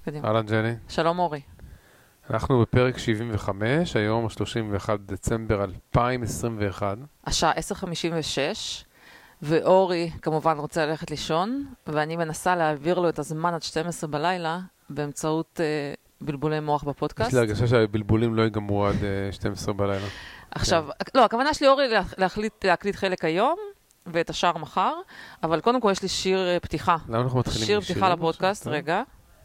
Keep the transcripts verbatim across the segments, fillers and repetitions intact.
קדימה. אהלן ג'ני. שלום אורי. אנחנו בפרק שבעים וחמש, היום שלושים ואחד דצמבר אלפיים עשרים ואחת. השעה עשר חמישים ושש, ואורי כמובן רוצה ללכת לישון, ואני מנסה להעביר לו את הזמן עד שתים עשרה בלילה, באמצעות אה, בלבולי מוח בפודקאסט. יש לי הרגשה שהבלבולים לא ייגמרו עד אה, שתים עשרה בלילה. עכשיו, לא, הכוונה שלי אורי להחליט, להקליט חלק היום, ואת השאר מחר, אבל קודם כל יש לי שיר אה, פתיחה. למה אנחנו מתחילים שיר משירים? פתיחה לפודקאסט, רגע.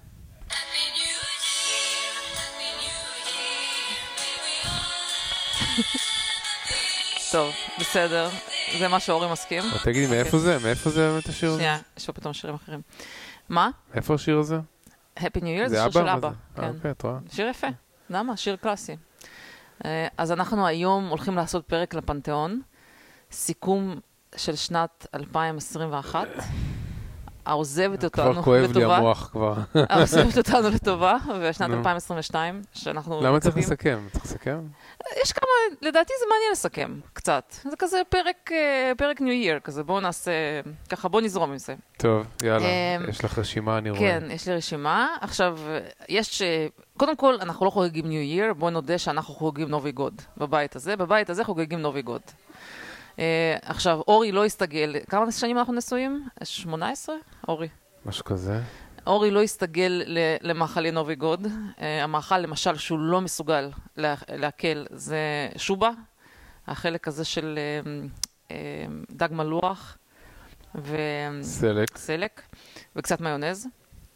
טוב, בסדר. זה מה שאורי מסכים. תגידי, מאיפה זה? מאיפה זה באמת השיר הזה? שנייה, יש פה פתאום שירים אחרים. מה? איפה השיר הזה? Happy New Year זה שיר של אבא. אה, אוקיי, את רואה? שיר יפה. למה? שיר קלאסי. אז אנחנו היום הולכים לעשות פרק לפנתיאון, סיכום של שנת אלפיים עשרים ואחת, העוזבת אותנו לטובה. כבר כואב לי המוח כבר. העוזבת אותנו לטובה, ושנת אלפיים עשרים ושתיים, שאנחנו... למה צריך לסכם? צריך לסכם? יש כמה, לדעתי זה מעניין לסכם, קצת. זה כזה פרק, פרק New Year, כזה, בואו נעשה, ככה, בואו נזרום עם זה. טוב, יאללה, יש לך רשימה, אני רואה. כן, יש לי רשימה. עכשיו, יש, קודם כל, אנחנו לא חוגגים New Year, בואו נודה שאנחנו חוגגים נובי גוד בבית הזה. בבית הזה חוגגים נובי גוד. עכשיו, אורי לא הסתגל, כמה שנים אנחנו נשואים? שמונה עשרה? אורי. משהו כזה. אורי לא הסתגל למאכלי נובי גוד. המאכל, למשל, שהוא לא מסוגל להקל, זה שובה, החלק הזה של דג מלוח סלק. סלק, וקצת מיונז.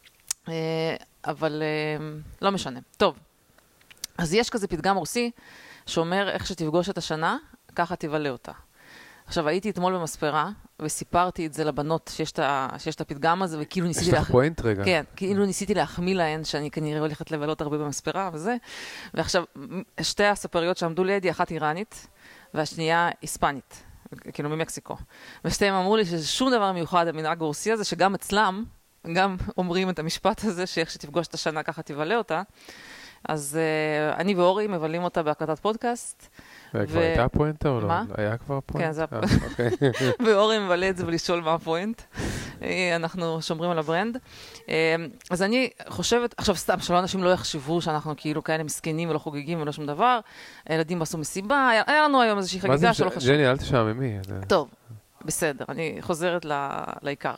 אבל לא משנה. טוב, אז יש כזה פתגם רוסי שאומר איך שתפגוש את השנה, ככה תבלה אותה. עכשיו, הייתי אתמול במספרה, וסיפרתי את זה לבנות שיש את, ה... שיש את הפתגם הזה, וכאילו ניסיתי... יש לך פוינט רגע? כן, כאילו ניסיתי להחמיא להן, שאני כנראה הולכת לבלות הרבה במספרה וזה. ועכשיו, שתי הספריות שעמדו לידי, אחת איראנית, והשנייה היספנית, כאילו ממקסיקו. ושתיהם אמרו לי ששום דבר מיוחד המנהג הרוסי הזה, שגם אצלם, גם אומרים את המשפט הזה, שאיך שתפגוש את השנה, ככה תבלה אותה. אז uh, אני ואורי מבלים אותה בהקלטת פודקאסט. וכבר הייתה הפואנטה או לא? מה? היה כבר פואנט? כן, זה הפואנט. ואורי מבלה את זה ולשאול מה הפואנט. אנחנו שומרים על הברנד. אז אני חושבת, עכשיו סתם, שלא אנשים לא יחשבו שאנחנו כאילו כאלה מסכנים ולא חוגגים ולא שום דבר. הילדים עשו מסיבה, היה לנו היום איזושהי חגיגה שלא חשוב. ג'ני, אל תשעממי. טוב, בסדר, אני חוזרת לעיקר.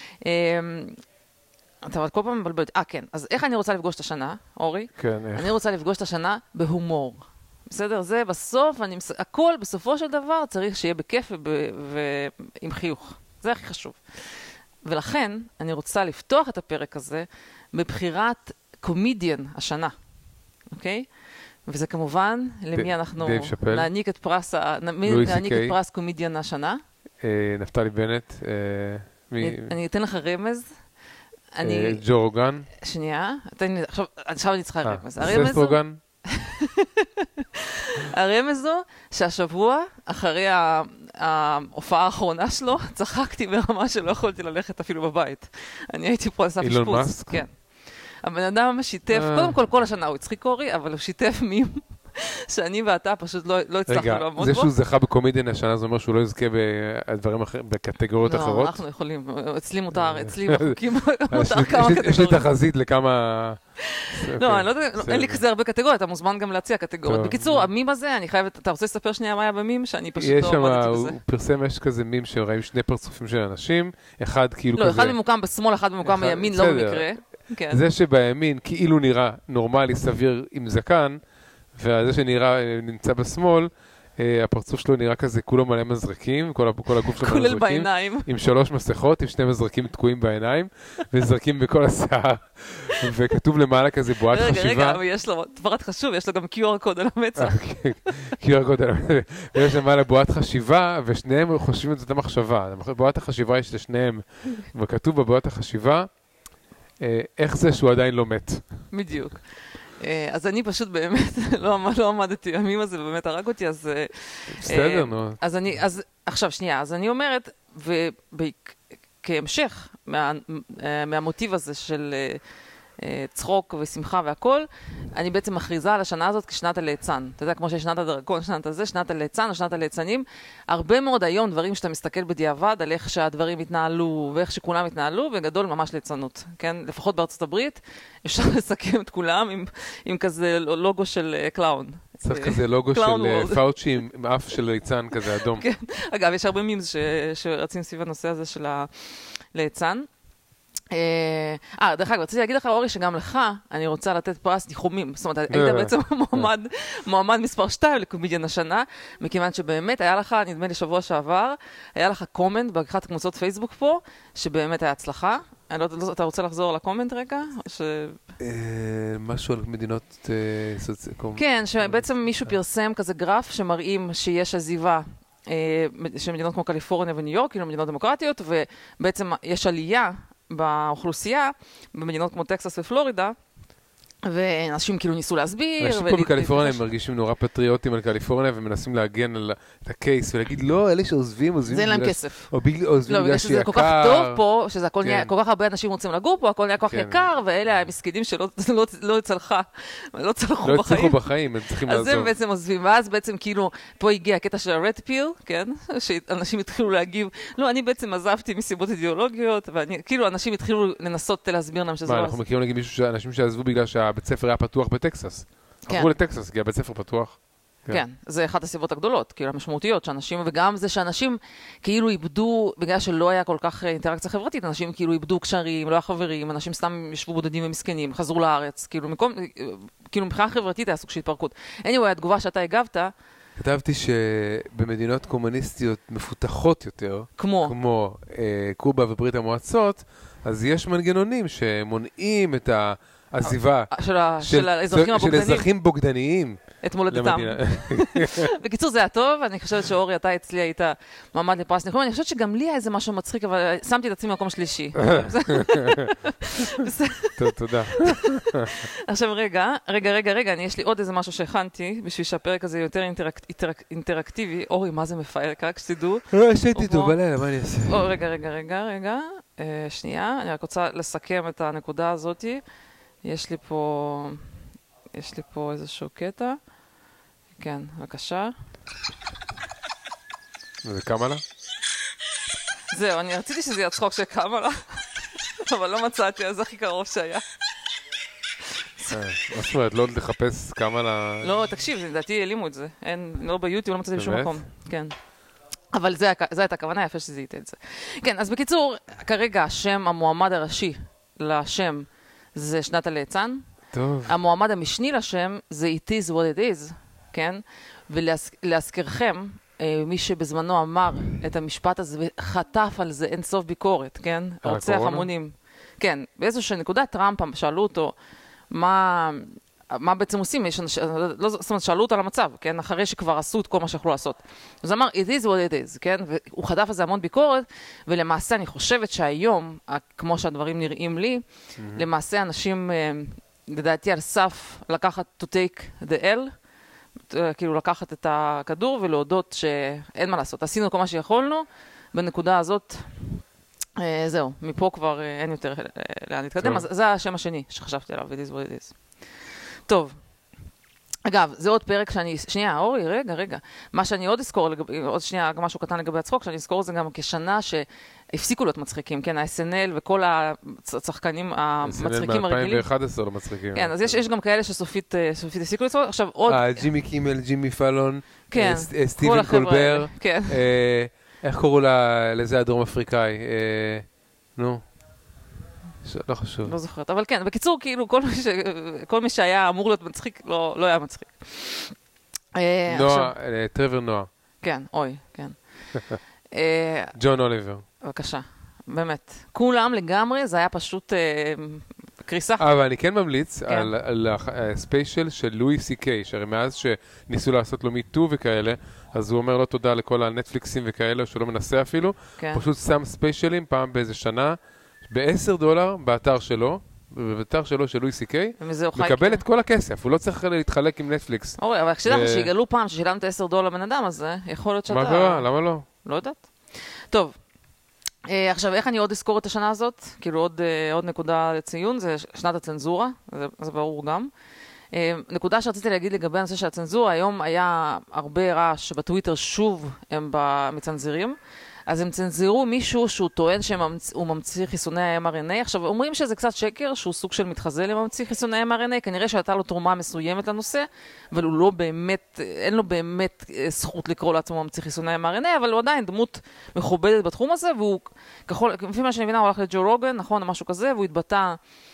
אבל כל פעם מבלבלת. אה, כן. אז איך אני רוצה לפגוש את השנה, אורי? כן, איך? אני רוצה לפגוש את השנה בהומור. בסדר? זה בסוף, אני, הכל בסופו של דבר צריך שיהיה בכיף ועם חיוך. זה הכי חשוב. ולכן אני רוצה לפתוח את הפרק הזה בבחירת קומדיאן השנה. אוקיי? וזה כמובן, למי אנחנו נעניק את פרס, נעניק את פרס קומדיאן השנה? נפתלי בנט. אני אתן לך רמז. ג'ו רוגן. שנייה. עכשיו אני צריכה רמז. סף רוגן. הרמז הוא שהשבוע, אחרי ההופעה האחרונה שלו, צחקתי ברמה שלא יכולתי ללכת אפילו בבית. אני הייתי פה על סף אשפוז. אילון מאסק? כן. הבן אדם שיתף, קודם כל כל השנה הוא הצחיק אורי, אבל הוא שיתף מים שאני ואתה פשוט לא הצלחנו לעמוד בו. רגע, זה שהוא זכה בקומדיאן השנה, זה אומר שהוא לא יזכה בדברים אחרים, בקטגוריות אחרות? לא, אנחנו יכולים, אצלי מותר, אצלי בחוקים מותר כמה קטגוריות. יש לי תחזית לכמה... לא, אין לי כזה הרבה קטגוריות, אתה מוזמן גם להציע קטגוריות. בקיצור, המים הזה, אני חייבת, אתה רוצה לספר שנייה מה היה במים, שאני פשוט לא עמדתי בזה. הוא פרסם, יש כזה מים שראים שני פרצופים של אנשים, אחד כאילו כזה... לא, אחד ממוקם בשמאל, אחד ממוקם בימין, לא במקרה. זה שבימין כאילו נראה נורמלי, סביר עם זקן, וזה שנראה, נמצא בשמאל, הפרצוף שלו נראה כזה, כולו מלא מזרקים, כל הגוף שלו מזרקים. כולל בעיניים. עם שלוש מסכות, עם שני מזרקים תקועים בעיניים, וזרקים בכל השיער. וכתוב למעלה כזה בועת חשיבה. רגע, רגע, אבל יש לו, דברת חשוב, יש לו גם קיו אר קוד על המצח. קיו אר קוד על המצח. ויש למעלה בועת חשיבה, ושניהם חושבים את זאת המחשבה. בועת החשיבה יש לשניהם, וכתוב בבועת החשיבה, איך זה שהוא עדיין לא מת. בדיוק. אז אני פשוט באמת לא עמדתי, המים הזה באמת הרג אותי, אז... בסדר, נו. אז אני, אז עכשיו שנייה, אז אני אומרת, וכהמשך מהמוטיב הזה של צחוק ושמחה והכל, אני בעצם מכריזה על השנה הזאת כשנת הליצן. אתה יודע, כמו שיש שנת הדרקון, שנת הזה, שנת הליצן או שנת הליצנים. הרבה מאוד היום דברים שאתה מסתכל בדיעבד על איך שהדברים התנהלו ואיך שכולם התנהלו, וגדול ממש ליצנות. כן? לפחות בארצות הברית, אפשר לסכם את כולם עם, עם כזה לוגו של קלאון. צריך כזה לוגו של פאוצ'י עם אף של ליצן כזה אדום. כן. אגב, יש הרבה מימס שרצים סביב הנושא הזה של הליצן. אה, דרך אגב, רציתי להגיד לך, אורי, שגם לך אני רוצה לתת פרס ניחומים. זאת אומרת, היית בעצם מועמד, מועמד מספר שתיים לקומדיאן השנה, מכיוון שבאמת היה לך, נדמה לי שבוע שעבר, היה לך קומנט באחת קבוצות פייסבוק פה, שבאמת היה הצלחה. אתה רוצה לחזור לקומנט רגע? משהו על מדינות... כן, שבעצם מישהו פרסם כזה גרף שמראים שיש עזיבה של מדינות כמו קליפורניה וניו יורק, כאילו מדינות דמוקרטיות, ובעצם יש עלייה באוכלוסייה, במדינות כמו טקסס ופלורידה, ואנשים כאילו ניסו להסביר. אנשים פה בקליפורניה הם מרגישים נורא פטריוטים על קליפורניה, ומנסים להגן על הקייס, ולהגיד, לא, אלה שעוזבים, עוזבים... זה אין להם כסף. או עוזבים בגלל שיקר. זה כל כך טוב פה, שזה הכל נהיה, כל כך הרבה אנשים רוצים לגור פה, הכל נהיה כל כך יקר, ואלה המסכנים שלא צלחה, לא צלחו בחיים. לא הצליחו בחיים, הם צריכים לעזוב. אז הם בעצם עוזבים, ואז בעצם כאילו, פה הגיע הקטע של ה-red pill, כן? שאנשים התחילו להגיב, לא, אני בעצם עזבתי מסיבות אידיאולוגיות, ואני, כאילו, אנשים התחילו לנסות להסביר להם שזה מה, אנחנו מכירים להגיד מישהו, אנשים שעזבו בגלל שהבית ספר היה פתוח בטקסס. עברו לטקסס, כי הבית ספר פתוח. כן, זה אחת הסיבות הגדולות, כאילו המשמעותיות, שאנשים, וגם זה שאנשים כאילו איבדו, בגלל שלא היה כל כך אינטראקציה חברתית, אנשים כאילו איבדו קשרים, לא היה חברים, אנשים סתם ישבו בודדים ומסכנים, חזרו לארץ, כאילו מקום, כאילו מבחינה חברתית היה סוג של התפרקות. anyway, התגובה שאתה הגבת, כתבתי שבמדינות קומוניסטיות מפותחות יותר, כמו, כמו אה, קובה וברית המועצות, אז יש מנגנונים שמונעים את העזיבה של, של האזרחים הבוגדניים. של אזרחים בוגדניים. את מולדתם. בקיצור, זה היה טוב, אני חושבת שאורי, אתה אצלי היית מעמד לפרס ניחום, אני חושבת שגם לי היה איזה משהו מצחיק, אבל שמתי את עצמי במקום שלישי. טוב, תודה. עכשיו רגע, רגע, רגע, רגע, יש לי עוד איזה משהו שהכנתי, בשביל שהפרק הזה יותר אינטראקטיבי. אורי, מה זה מפעל כך, שתדעו? לא, שייתי טוב בלילה, מה אני אעשה? רגע, רגע, רגע, רגע, שנייה, אני רק רוצה לסכם את הנקודה הזאת. יש לי פה... יש לי פה איזשהו קטע. כן, בבקשה. זה קמה לה? זהו, אני רציתי שזה יהיה צחוק שקמה לה, אבל לא מצאתי, אז הכי קרוב שהיה. מה זאת אומרת, לא לחפש קמה לה... לא, תקשיב, לדעתי העלימו את זה. אין, לא ביוטיוב, לא מצאתי בשום מקום. כן. אבל זה הייתה הכוונה, יפה שזה ייתן את זה. כן, אז בקיצור, כרגע השם המועמד הראשי לשם זה שנת הליצן. טוב. המועמד המשני לשם זה It is what it is, כן? ולהזכירכם, מי שבזמנו אמר את המשפט הזה וחטף על זה אין סוף ביקורת, כן? רוצח המונים. כן, באיזושהי נקודה טראמפ שאלו אותו מה, מה בעצם עושים, יש, לא, זאת אומרת, שאלו אותו על המצב, כן? אחרי שכבר עשו את כל מה שיכולו לעשות. אז אמר, it is what it is, כן? והוא חטף על זה המון ביקורת, ולמעשה אני חושבת שהיום, כמו שהדברים נראים לי, mm-hmm. למעשה אנשים... לדעתי על סף לקחת to take the L, כאילו לקחת את הכדור ולהודות שאין מה לעשות. עשינו כל מה שיכולנו, בנקודה הזאת, אה, זהו, מפה כבר אה, אין יותר אה, לאן להתקדם, אז זה השם השני שחשבתי עליו, it is what it is. טוב, אגב, זה עוד פרק שאני, שנייה, אורי, רגע, רגע, מה שאני עוד אזכור, לגבי, עוד שנייה, משהו קטן לגבי הצחוק, שאני אזכור זה גם כשנה שהפסיקו להיות מצחיקים, כן, ה-אס אן אל וכל הצחקנים המצחיקים הרגילים. מ-אלפיים ואחת עשרה לא מצחיקים. כן, אז יש, יש גם כאלה שסופית, סופית הפסיקו לצחוק, עכשיו עוד... אה, ג'ימי קימל, ג'ימי פלון, כן, סטיבן קולבר, כן. איך קוראו לזה הדרום אפריקאי? נו. לא חשוב. לא זוכרת, אבל כן, בקיצור, כאילו, כל מי, ש... כל מי שהיה אמור להיות מצחיק, לא, לא היה מצחיק. נועה, טרוור נועה. כן, אוי, כן. ג'ון אוליבר. בבקשה, באמת. כולם לגמרי, זה היה פשוט קריסה. אבל אני כן ממליץ על הספיישל של לואי סי קיי, שהרי מאז שניסו לעשות לו מיטו וכאלה, אז הוא אומר לו תודה לכל הנטפליקסים וכאלה, שהוא לא מנסה אפילו. פשוט שם ספיישלים פעם באיזה שנה, בעשר דולר באתר שלו, באתר שלו של לואי סי קיי, מקבל את כל הכסף, הוא לא צריך להתחלק עם נטפליקס. אורי, אבל כשדרך שיגלו פעם ששילמת עשר דולר לבן אדם, אז יכול להיות שאתה... מה קרה? למה לא? לא יודעת. טוב, עכשיו, איך אני עוד אזכור את השנה הזאת? כאילו עוד, עוד נקודה לציון, זה שנת הצנזורה, זה, זה ברור גם. נקודה שרציתי להגיד לגבי הנושא של הצנזורה, היום היה הרבה רעש בטוויטר, שוב הם מצנזרים, אז הם צנזרו מישהו שהוא טוען שהוא ממציא חיסוני ה-אם אר אן איי. עכשיו, אומרים שזה קצת שקר, שהוא סוג של מתחזה לממציא חיסוני ה-אם אר אן איי, כנראה שהייתה לו תרומה מסוימת לנושא, אבל הוא לא באמת, אין לו באמת זכות לקרוא לעצמו ממציא חיסוני ה-אם אר אן איי, אבל הוא עדיין דמות מכובדת בתחום הזה, והוא, ככל, לפי מה שאני מבינה, הוא הלך לג'ו רוגן, נכון, משהו כזה, והוא התבטא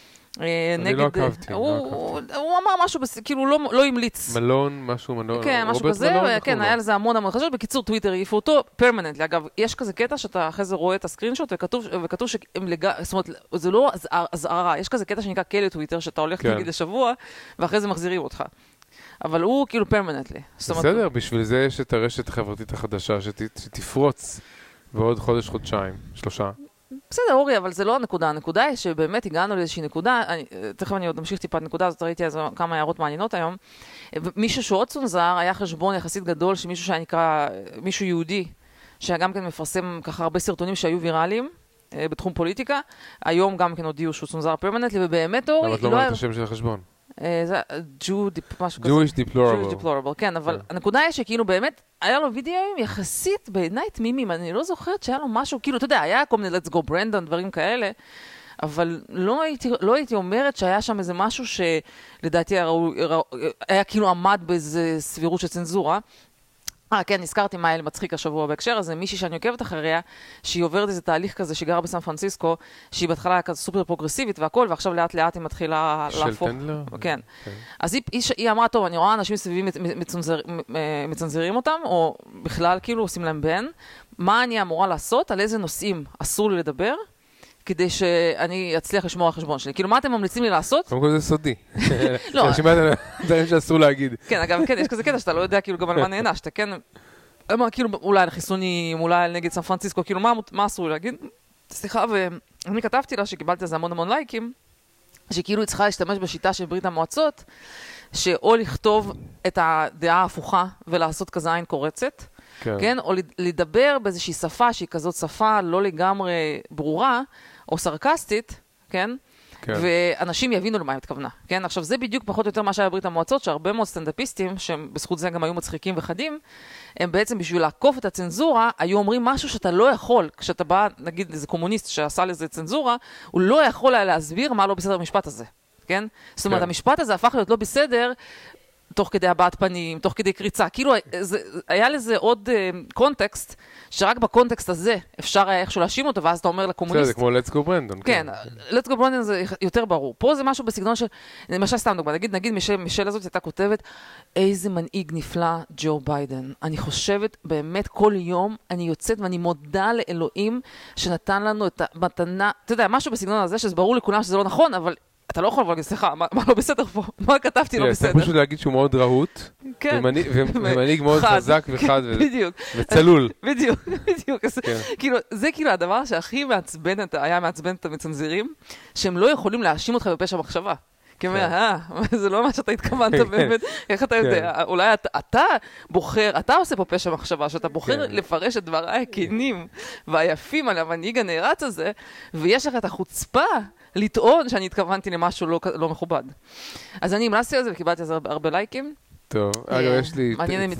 אני לא עקבתי, הוא אמר משהו, כאילו לא המליץ. מלון, משהו מלון. כן, משהו כזה, כן, היה לזה המון המון חשוב. בקיצור, טוויטר העיפו אותו פרמננטלי. אגב, יש כזה קטע שאתה אחרי זה רואה את הסקרינשוט, וכתוב שהם לגמרי, זאת אומרת, זה לא אזהרה, יש כזה קטע שנקרא כלא טוויטר, שאתה הולך נגיד לשבוע, ואחרי זה מחזירים אותך. אבל הוא כאילו פרמננטלי. בסדר, בשביל זה יש את הרשת החברתית החדשה, שתפרוץ בעוד חודש, חודשיים, שלושה. בסדר, אורי, אבל זה לא הנקודה. הנקודה היא שבאמת הגענו לאיזושהי נקודה, אני, תכף אני עוד אמשיך טיפה את נקודה הזאת, ראיתי איזה כמה הערות מעניינות היום. מישהו שעוד צונזר, היה חשבון יחסית גדול, שמישהו שהיה נקרא, מישהו יהודי, שגם כן מפרסם ככה הרבה סרטונים שהיו ויראליים, בתחום פוליטיקה, היום גם כן הודיעו שהוא צונזר פרמננטלי, ובאמת, אורי, למה את לא אומרת את השם של החשבון? זה Jew, משהו כזה. Jewish deplorable. Jewish deplorable, כן, אבל הנקודה היא שכאילו באמת, היה לו וידאוים יחסית בעיניי תמימים, אני לא זוכרת שהיה לו משהו, כאילו, אתה יודע, היה כל מיני Let's go Brandon, דברים כאלה, אבל לא הייתי, לא הייתי אומרת שהיה שם איזה משהו שלדעתי היה כאילו עמד באיזה סבירות של צנזורה. אה, כן, נזכרתי מה היה לי מצחיק השבוע בהקשר הזה, מישהי שאני עוקבת אחריה, שהיא עוברת איזה תהליך כזה שגרה בסן פרנסיסקו, שהיא בהתחלה היה כזה סופר פרוגרסיבית והכל, ועכשיו לאט לאט היא מתחילה להפוך. של טנדלר? כן. אז היא, היא אמרה, טוב, אני רואה אנשים סביבים מצנזר, מצנזרים אותם, או בכלל כאילו עושים להם בן, מה אני אמורה לעשות, על איזה נושאים אסור לי לדבר, כדי שאני אצליח לשמור על החשבון שלי. כאילו, מה אתם ממליצים לי לעשות? קודם כל זה סודי. לא. רשימת דברים שאסור להגיד. כן, אגב, כן, יש כזה קטע שאתה לא יודע כאילו גם על מה נענשת, כן? כאילו, אולי על חיסונים, אולי על נגד סן פרנסיסקו, כאילו, מה אסור להגיד? סליחה, ואני כתבתי לה שקיבלתי על זה המון המון לייקים, שכאילו היא צריכה להשתמש בשיטה של ברית המועצות, שאו לכתוב את הדעה ההפוכה ולעשות כזה עין קורצת, כן. כן? או לדבר באיזושהי שפה שהיא כזאת שפה לא לגמרי ברורה, או סרקסטית, כן? כן. ואנשים יבינו למה היא מתכוונה, כן? עכשיו, זה בדיוק פחות או יותר מה שהיה בברית המועצות, שהרבה מאוד סטנדאפיסטים, שהם בזכות זה גם היו מצחיקים וחדים, הם בעצם בשביל לעקוף את הצנזורה, היו אומרים משהו שאתה לא יכול, כשאתה בא, נגיד, איזה קומוניסט שעשה לזה צנזורה, הוא לא יכול היה להסביר מה לא בסדר במשפט הזה, כן? זאת אומרת, המשפט הזה הפך להיות לא בסדר, תוך כדי הבעת פנים, תוך כדי קריצה. כאילו, זה, היה לזה עוד uh, קונטקסט, שרק בקונטקסט הזה אפשר היה איכשהו להאשים אותו, ואז אתה אומר לקומוניסט... זה כמו Let's go Brandon. כן, Let's go Brandon זה יותר ברור. פה זה משהו בסגנון של... למשל, סתם דוגמה, נגיד, נגיד, מישל, מישל הזאת הייתה כותבת, איזה מנהיג נפלא ג'ו ביידן. אני חושבת, באמת, כל יום אני יוצאת ואני מודה לאלוהים שנתן לנו את המתנה... אתה יודע, משהו בסגנון הזה, שזה ברור לכולם שזה לא נכון, אבל... אתה לא יכול להגיד, סליחה, מה לא בסדר פה? מה כתבתי לא בסדר? אתה פשוט להגיד שהוא מאוד רהוט, ומנהיג מאוד חזק וחד וצלול. בדיוק, בדיוק. זה כאילו הדבר שהכי מעצבן, היה מעצבן את המצנזרים, שהם לא יכולים להאשים אותך בפשע מחשבה. כי אומר, אה, זה לא מה שאתה התכוונת באמת, איך אתה יודע, אולי אתה בוחר, אתה עושה פה פשע מחשבה, שאתה בוחר לפרש את דבריי הכנים והיפים על המנהיג הנערץ הזה, ויש לך את החוצפה לטעון שאני התכוונתי למשהו לא, לא מכובד. אז אני המלצתי על זה וקיבלתי על זה הרבה לייקים. טוב, אגב, יש לי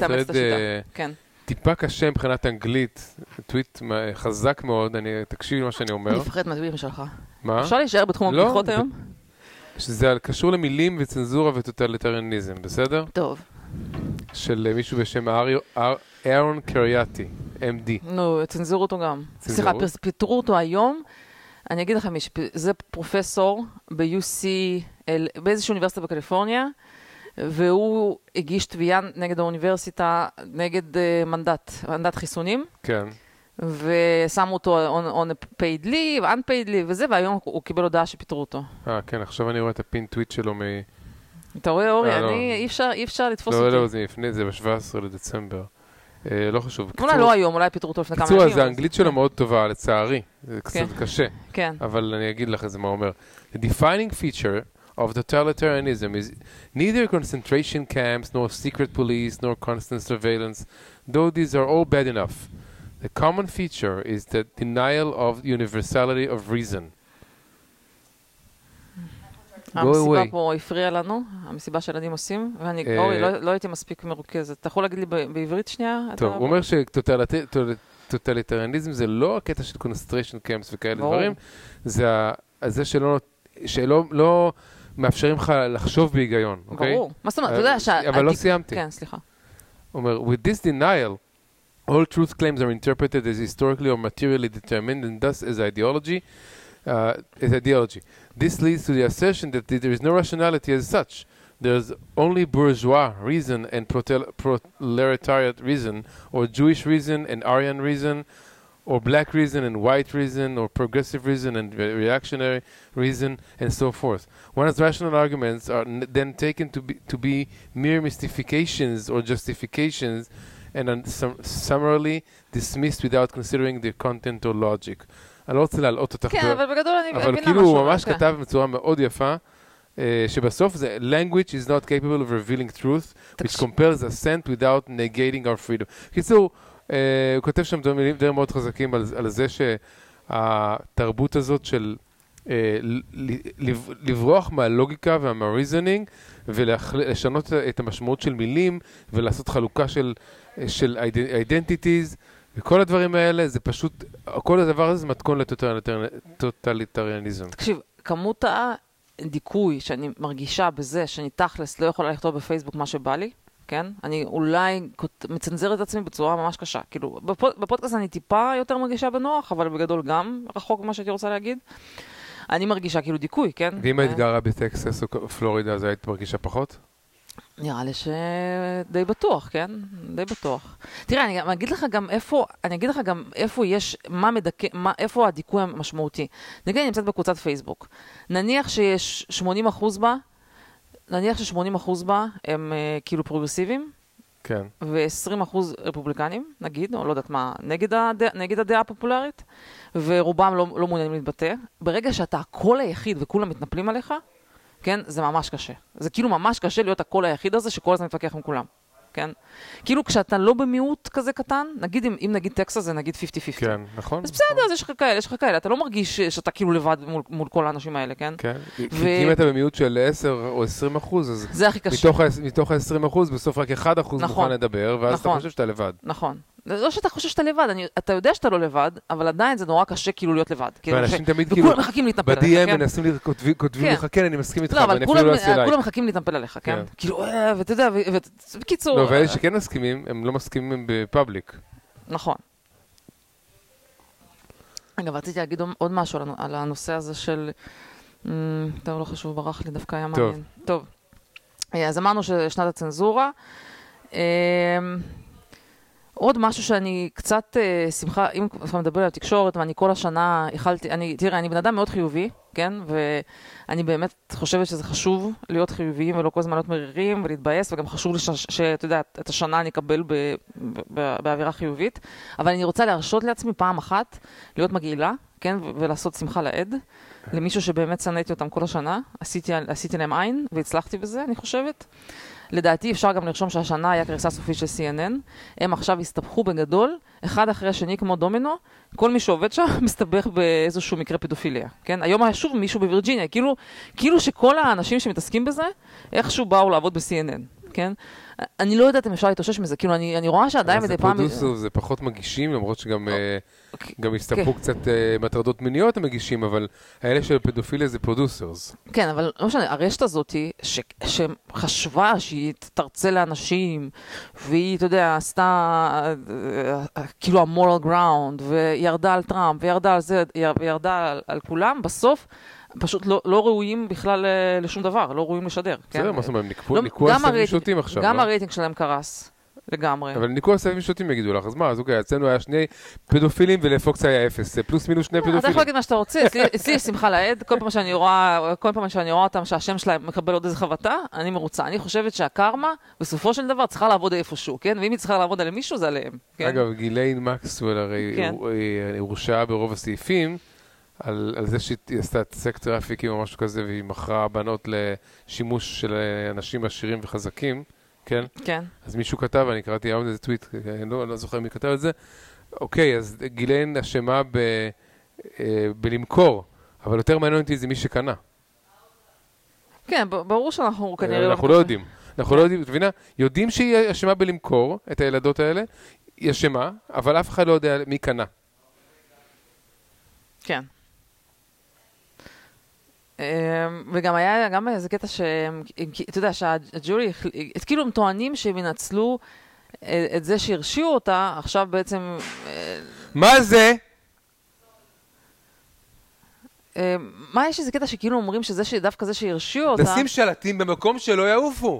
טיפה קשה מבחינת אנגלית, טוויט חזק מאוד, אני תקשיב למה שאני אומר. אני מפחד מהטוויטים שלך. מה? אפשר להישאר בתחום הבדיחות היום? שזה קשור למילים וצנזורה וטוטליטריאניזם, בסדר? טוב. של מישהו בשם אהרון קרייתי, אם די. נו, צנזורו אותו גם. סליחה, פיטרו אותו היום. אני אגיד לכם, זה פרופסור ב-יו סי, באיזושהי אוניברסיטה בקליפורניה, והוא הגיש תביעה נגד האוניברסיטה, נגד מנדט, מנדט חיסונים. כן. ושמו אותו on a paid leave, unpaid leave וזה, והיום הוא קיבל הודעה שפיטרו אותו. אה, כן, עכשיו אני רואה את הפין טוויט שלו מ... אתה רואה, אורי, אני, אי אפשר לתפוס אותי. לא, לא, זה לפני, זה ב-שבעה עשר לדצמבר. לא חשוב. אולי לא היום, אולי פיטרו אותו לפני כמה ימים. בקיצור, אז האנגלית שלו מאוד טובה, לצערי. זה קצת קשה. כן. אבל אני אגיד לך איזה מה אומר. The defining feature of totalitarianism is neither concentration camps, nor secret police, nor constant surveillance, though these are all bad enough. The common feature is the denial of universality of reason. המסיבה פה הפריעה לנו, המסיבה שילדים עושים, ואני, אורי, לא הייתי מספיק מרוכזת. אתה יכול להגיד לי בעברית שנייה? טוב, הוא אומר שטוטליטריאניזם זה לא הקטע של קונסטריישן קמפס וכאלה דברים, זה שלא מאפשרים לך לחשוב בהיגיון, אוקיי? ברור. מה זאת אומרת? אתה יודע שה... אבל לא סיימתי. כן, סליחה. הוא אומר, with this denial, all truth claims are interpreted as historically or materially determined and thus as ideology, uh, as ideology. This leads to the assertion that there is no rationality as such. There's only bourgeois reason and proletariat reason, or Jewish reason and Aryan reason, or black reason and white reason, or progressive reason and re- reactionary reason, and so forth. One's rational arguments are n- then taken to be, to be mere mystifications or justifications and un- sum- summarily dismissed without considering their content or logic. אני לא רוצה להלאות אותך. כן, אבל בגדול אני מבינה משהו. אבל כאילו הוא ממש כתב בצורה מאוד יפה, שבסוף זה language is not capable of revealing truth, which compels assent without negating our freedom. קיצור, הוא כותב שם מילים די מאוד חזקים על זה שהתרבות הזאת של לברוח מהלוגיקה ומהריזנינג, ולשנות את המשמעות של מילים, ולעשות חלוקה של identities, וכל הדברים האלה, זה פשוט, כל הדבר הזה זה מתכון לטוטליטריאניזם. תקשיב, כמות הדיכוי שאני מרגישה בזה, שאני תכלס לא יכולה לכתוב בפייסבוק מה שבא לי, כן? אני אולי מצנזרת את עצמי בצורה ממש קשה. כאילו, בפודקאסט אני טיפה יותר מרגישה בנוח, אבל בגדול גם רחוק ממה שהייתי רוצה להגיד. אני מרגישה כאילו דיכוי, כן? ואם היית גרה בטקסס או פלורידה, אז היית מרגישה פחות? נראה לי שדי בטוח, כן? די בטוח. תראה, אני אגיד לך גם איפה, אני אגיד לך גם איפה יש, מה מדכא, מה, איפה הדיכוי המשמעותי. נגיד, אני נמצאת בקבוצת פייסבוק. נניח שיש שמונים אחוז בה, נניח ש-שמונים אחוז בה הם uh, כאילו פרוגרסיביים, כן. ו-עשרים אחוז רפובליקנים, נגיד, או לא יודעת מה, נגד הדעה, נגד הדעה הפופולרית, ורובם לא, לא מעוניינים להתבטא. ברגע שאתה הקול היחיד וכולם מתנפלים עליך, כן, זה ממש קשה. זה כאילו ממש קשה להיות הקול היחיד הזה שכל הזמן מתווכח עם כולם. כן? כאילו כשאתה לא במיעוט כזה קטן, נגיד אם, אם נגיד טקסס זה נגיד חמישים חמישים. כן, נכון. אז בסדר, אז יש לך כאלה, יש לך כאלה. אתה לא מרגיש שאתה כאילו לבד מול, מול כל האנשים האלה, כן? כן. ו... אם אתה במיעוט של עשר או עשרים אחוז, אז זה הכי קשה. מתוך, מתוך ה-עשרים אחוז, בסוף רק אחד אחוז נכון. מוכן לדבר, ואז נכון. אתה חושב שאתה לבד. נכון. לא שאתה חושב שאתה לבד, אני, אתה יודע שאתה לא לבד, אבל עדיין זה נורא קשה כאילו להיות לבד. ואנשים תמיד כאילו, וכולם מחכים להתנפל עליך, ב-די אם מנסים כותבים לך, כן, אני מסכים איתך, ואני אפילו לא אעשה לייק. כולם מחכים להתנפל עליך, כן? כאילו, ואתה יודע, בקיצור... לא, ואלה שכן מסכימים, הם לא מסכימים בפאבליק. נכון. אגב, רציתי להגיד עוד משהו על הנושא הזה של... טוב, לא חשוב, ברח לי, דווקא היה מעניין. טוב. אז אמרנו ששנת הצנזורה... עוד משהו שאני קצת uh, שמחה, אם כבר מדבר על התקשורת, ואני כל השנה יכלתי, אני, תראה, אני בן אדם מאוד חיובי, כן? ואני באמת חושבת שזה חשוב להיות חיוביים ולא כל הזמן להיות מרירים ולהתבאס, וגם חשוב לי שאתה יודע, את השנה אני אקבל ב, ב, ב, באווירה חיובית, אבל אני רוצה להרשות לעצמי פעם אחת להיות מגעילה, כן? ולעשות שמחה לעד, למישהו שבאמת שנאתי אותם כל השנה, עשיתי, עשיתי להם עין, והצלחתי בזה, אני חושבת. לדעתי אפשר גם לרשום שהשנה היה קריסה סופית של סי אן אן. הם עכשיו הסתבכו בגדול, אחד אחרי השני כמו דומינו, כל מי שעובד שם מסתבך באיזשהו מקרה פדופיליה. כן? היום היה שוב מישהו בווירג'יניה, כאילו, כאילו שכל האנשים שמתעסקים בזה, איכשהו באו לעבוד ב-סי אן אן. כן? אני לא יודעת אם אפשר להתאושש מזה, כאילו אני, אני רואה שעדיין מדי פעם... זה פרודוסר, זה פחות מגישים, למרות שגם גם הסתבכו קצת מטרדות מיניות המגישים, אבל האלה של פדופיליה זה פרודוסרס. כן, אבל לא משנה, הרשת הזאת שחשבה שהיא תרצה לאנשים, והיא, אתה יודע, עשתה כאילו המורל גראונד, וירדה על טראמפ, וירדה על זה, וירדה על כולם, בסוף פשוט לא, לא ראויים בכלל לשום דבר, לא ראויים לשדר. בסדר, מה זאת אומרת, ניקו הסבים שוטים עכשיו, גם הרייטינג שלהם קרס, לגמרי. אבל ניקו הסבים שוטים יגידו לך, אז מה, אז אוקיי, אצלנו היה שני פדופילים ולפוקס היה אפס, זה פלוס מינוס שני פדופילים. אתה יכול להגיד מה שאתה רוצה, אצלי יש שמחה לעד, כל פעם שאני רואה, כל פעם שאני רואה אותם שהשם שלהם מקבל עוד איזה חבטה, אני מרוצה. אני חושבת שהקרמה, בסופו של דבר, צריכה לעבוד איפשהו, כן? ואם היא צריכה לעבוד על מישהו, זה עליהם. אגב, גיליין מקסוול הרי הורשעה ברוב הסעיפים, על, על זה שהיא עשתה סקס טראפיקים או משהו כזה, והיא מכרה בנות לשימוש של אנשים עשירים וחזקים, כן? כן. אז מישהו כתב, אני קראתי היום איזה טוויט, אני לא, אני לא זוכר מי כתב את זה, אוקיי, אז גילן אשמה ב, אה, בלמכור, אבל יותר מעניין אותי זה מי שקנה. כן, ברור שאנחנו כנראה... אנחנו לא יודעים. אנחנו לא יודעים, את מבינה? יודעים שהיא אשמה בלמכור את הילדות האלה, היא אשמה, אבל אף אחד לא יודע מי קנה. כן. וגם היה גם איזה קטע ש... אתה יודע, שהג'ורי, כאילו הם טוענים שהם ינצלו את זה שהרשיעו אותה, עכשיו בעצם... מה זה? מה יש איזה קטע שכאילו אומרים שזה שדווקא זה שהרשיעו אותה... נשים שלטים במקום שלא יעופו.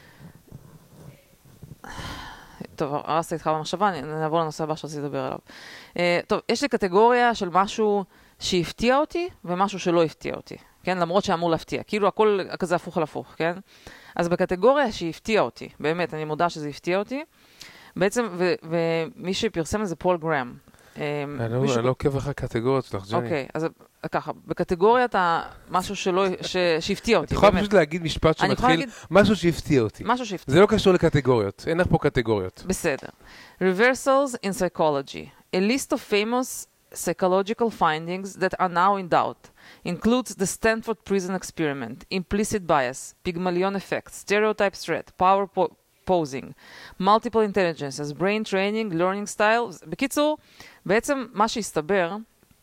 טוב, הרסתי איתך במחשבה, נעבור לנושא הבא שרציתי לדבר עליו. טוב, יש לי קטגוריה של משהו שהפתיע אותי ומשהו שלא הפתיע אותי, כן? למרות שאמור להפתיע. כאילו הכל כזה הפוך על הפוך, כן? אז בקטגוריה שהפתיע אותי, באמת, אני מודה שזה הפתיע אותי, בעצם, ומי שפרסם זה פול גרם. אני לא עוקב אחרי קטגוריות שלך, ג'ני. אוקיי, אז ככה, בקטגוריית משהו שהפתיע אותי. את יכולה פשוט להגיד משפט שמתחיל, משהו שהפתיע אותי. משהו שהפתיע. זה לא קשור לקטגוריות, אין לך פה קטגוריות. בסדר. Reversals in psychology. A list of famous psychological findings that are now in doubt includes the Stanford prison experiment, implicit bias, Pygmalion effect, stereotype threat, power po- posing, multiple intelligences, brain training, learning style. בקיצור, בעצם מה שהסתבר,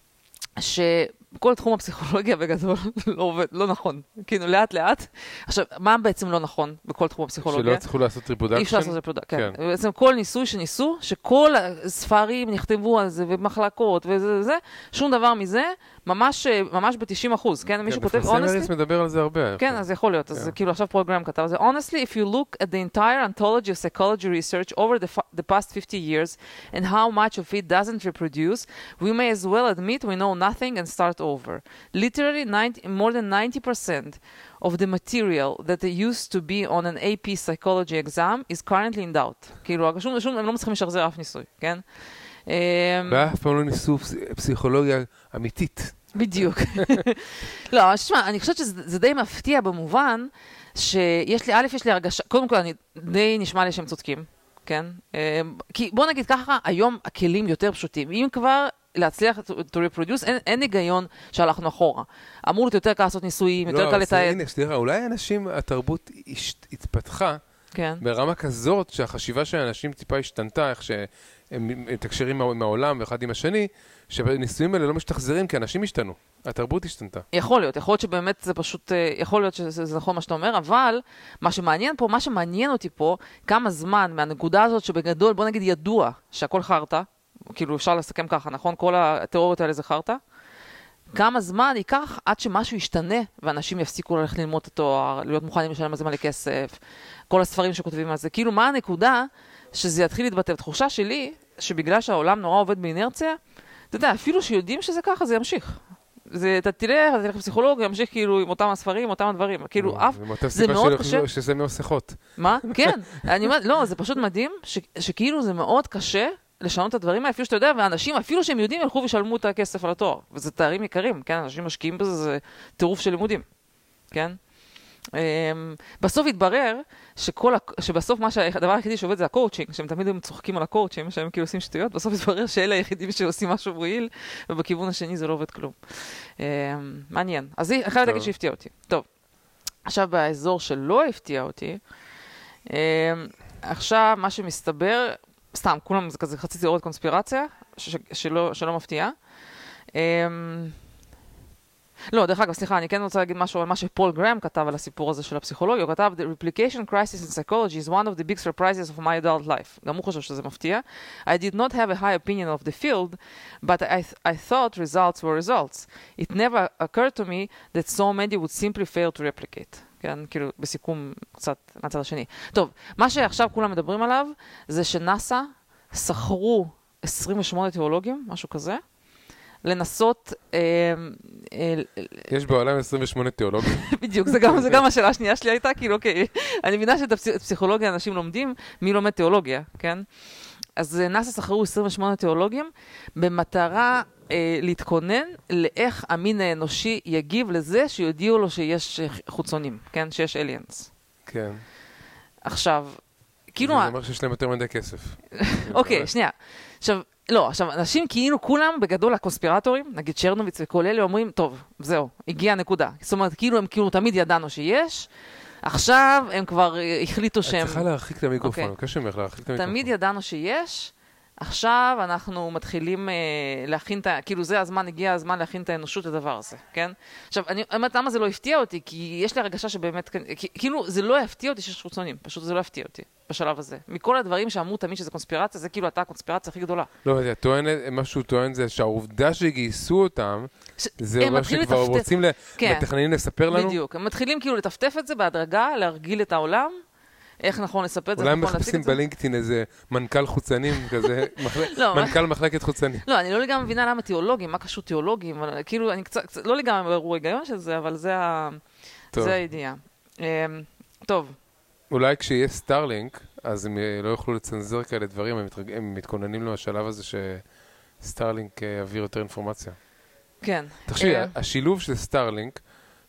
שכל תחום הפסיכולוגיה בגדול לא עובד, לא נכון. כאילו, לאט לאט. עכשיו, מה בעצם לא נכון בכל תחום הפסיכולוגיה? שלא צריכו לעשות ריפרודקשן? אי אפשר לעשות ריפרודקשן, כן. בעצם כל ניסוי שניסו, שכל הספרים נכתבו על זה, ומחלקות, וזה וזה, שום דבר מזה, ממש, ממש ב-תשעים אחוז, כן? מישהו כותב, honestly... פרסם מדבר על זה הרבה. כן, אז יכול להיות. אז כאילו עכשיו פרוגרם כתב על זה. Honestly, if you look at the entire anthology of psychology research over the, the past fifty years, and how much of it doesn't reproduce, we may as well admit we know nothing and start over. Literally, ninety, more than ninety percent of the material that used to be on an A P psychology exam is currently in doubt. כאילו, שום, שום, הם לא מצליחים לשחזר אף ניסוי, כן? ואף פעם לא ניסו פסיכולוגיה אמיתית. בדיוק. לא, תשמע, אני חושבת שזה די מפתיע במובן שיש לי, א', יש לי הרגשה, קודם כל, אני די נשמע לי שהם צודקים, כן? כי בוא נגיד ככה, היום הכלים יותר פשוטים. אם כבר להצליח to reproduce, אין, אין היגיון שהלכנו אחורה. אמור להיות יותר קל לעשות ניסויים, יותר קל לתעד. הנה, סליחה, אולי אנשים, התרבות התפתחה כן. ברמה כזאת שהחשיבה של האנשים טיפה השתנתה, איך שהם מתקשרים עם העולם ואחד עם השני, שהניסויים האלה לא משתחזרים כי אנשים השתנו. התרבות השתנתה. יכול להיות, יכול להיות שבאמת זה פשוט, יכול להיות שזה נכון מה שאתה אומר, אבל מה שמעניין פה, מה שמעניין אותי פה, כמה זמן מהנקודה הזאת שבגדול, בוא נגיד ידוע שהכל חרטה, כאילו אפשר לסכם ככה, נכון? כל התיאוריות האלה זה חרטה. כמה זמן ייקח עד שמשהו ישתנה, ואנשים יפסיקו ללכת ללמוד את התואר, להיות מוכנים לשלם על זה מלא כסף, כל הספרים שכותבים על זה. כאילו, מה הנקודה שזה יתחיל להתבטא? תחושה שלי, שבגלל שהעולם נורא עובד באינרציה, אתה יודע, אפילו שיודעים שזה ככה, זה ימשיך. זה, אתה תלך, אתה תלך לפסיכולוג, ימשיך כאילו עם אותם הספרים, אותם הדברים. כאילו, אף, זה מאוד קשה. שזה מסכות. מה? כן. אני אומרת, לא, זה פשוט מדהים, שכאילו זה מאוד קשה לשנות את הדברים האלה, אפילו שאתה יודע, ואנשים, אפילו שהם יודעים, ילכו וישלמו את הכסף על התואר. וזה תארים יקרים, כן? אנשים משקיעים בזה, זה טירוף של לימודים, כן? בסוף התברר שכל, שבסוף מה שהדבר היחידי שעובד זה הקואוצ'ינג, שהם תמיד הם צוחקים על הקואוצ'ים, שהם כאילו עושים שטויות, בסוף התברר שאלה היחידים שעושים משהו מועיל, ובכיוון השני זה לא עובד כלום. מעניין. אז היא חייבת להגיד שהפתיע אותי. טוב, עכשיו באזור שלא הפתיע אותי, עכשיו מה שמסתבר, סתם, כולם זה כזה חצי תיאוריות קונספירציה, שלא, שלא מפתיעה. לא, דרך אגב, סליחה, אני כן רוצה להגיד משהו על מה שפול גרם כתב על הסיפור הזה של הפסיכולוגיה. הוא כתב, The replication crisis in psychology is one of the big surprises of my adult life. גם הוא חושב שזה מפתיע. I did not have a high opinion of the field, but I, I thought results were results. It never occurred to me that so many would simply fail to replicate. כן, כאילו, בסיכום קצת מהצד השני. טוב, מה שעכשיו כולם מדברים עליו, זה שנאסא שכרו עשרים ושמונה תיאולוגים, משהו כזה, לנסות... יש בעולם עשרים ושמונה תיאולוגים. בדיוק, זה גם השאלה השנייה שלי הייתה, כאילו, אוקיי, אני מבינה שאת הפסיכולוגיה אנשים לומדים, מי לומד תיאולוגיה, כן? אז נאסא שכרו עשרים ושמונה תיאולוגים, במטרה להתכונן לאיך המין האנושי יגיב לזה שיודיעו לו שיש חוצונים, כן? שיש אליאנס. כן. עכשיו, כאילו... זה אומר שיש להם יותר מדי כסף. אוקיי, שנייה. עכשיו, לא, עכשיו, אנשים כאילו כולם בגדול הקונספירטורים, נגיד צ'רנוביץ וכל אלה אומרים, טוב, זהו, הגיעה נקודה. זאת אומרת, כאילו הם כאילו תמיד ידענו שיש, עכשיו הם כבר החליטו שהם... את צריכה להרחיק את המיקרופון, אני מבקש ממך להרחיק את המיקרופון. תמיד ידענו שיש, עכשיו אנחנו מתחילים אה, להכין את ה... כאילו זה הזמן, הגיע הזמן להכין את האנושות לדבר הזה, כן? עכשיו, אני אומרת, למה זה לא הפתיע אותי? כי יש לי הרגשה שבאמת... כאילו, זה לא הפתיע אותי שיש חיצונים, פשוט זה לא הפתיע אותי בשלב הזה. מכל הדברים שאמרו תמיד שזה קונספירציה, זה כאילו הייתה הקונספירציה הכי גדולה. לא, אתה טוען, מה שהוא טוען זה שהעובדה שגייסו אותם, ש... זה אומר שכבר רוצים כן. לתכננים לספר לנו? בדיוק, הם מתחילים כאילו לטפטף את זה בהדרגה, להרגיל את העולם, איך נכון לספר את זה, אולי נכון להציג את זה. אולי מחפשים בלינקדאין איזה מנכ"ל חוצנים כזה, מנכ"ל מחלקת חוצנים. לא, אני לא לגמרי מבינה למה תיאולוגים, מה קשור תיאולוגים, כאילו אני קצת, לא לגמרי ברור היגיון של זה, אבל זה הידיעה. טוב. אולי כשיהיה סטארלינק, אז הם לא יוכלו לצנזר כאלה דברים, הם מתכוננים לו השלב הזה שסטארלינק יעביר יותר אינפורמציה. כן. תחשבי, השילוב של סטארלינק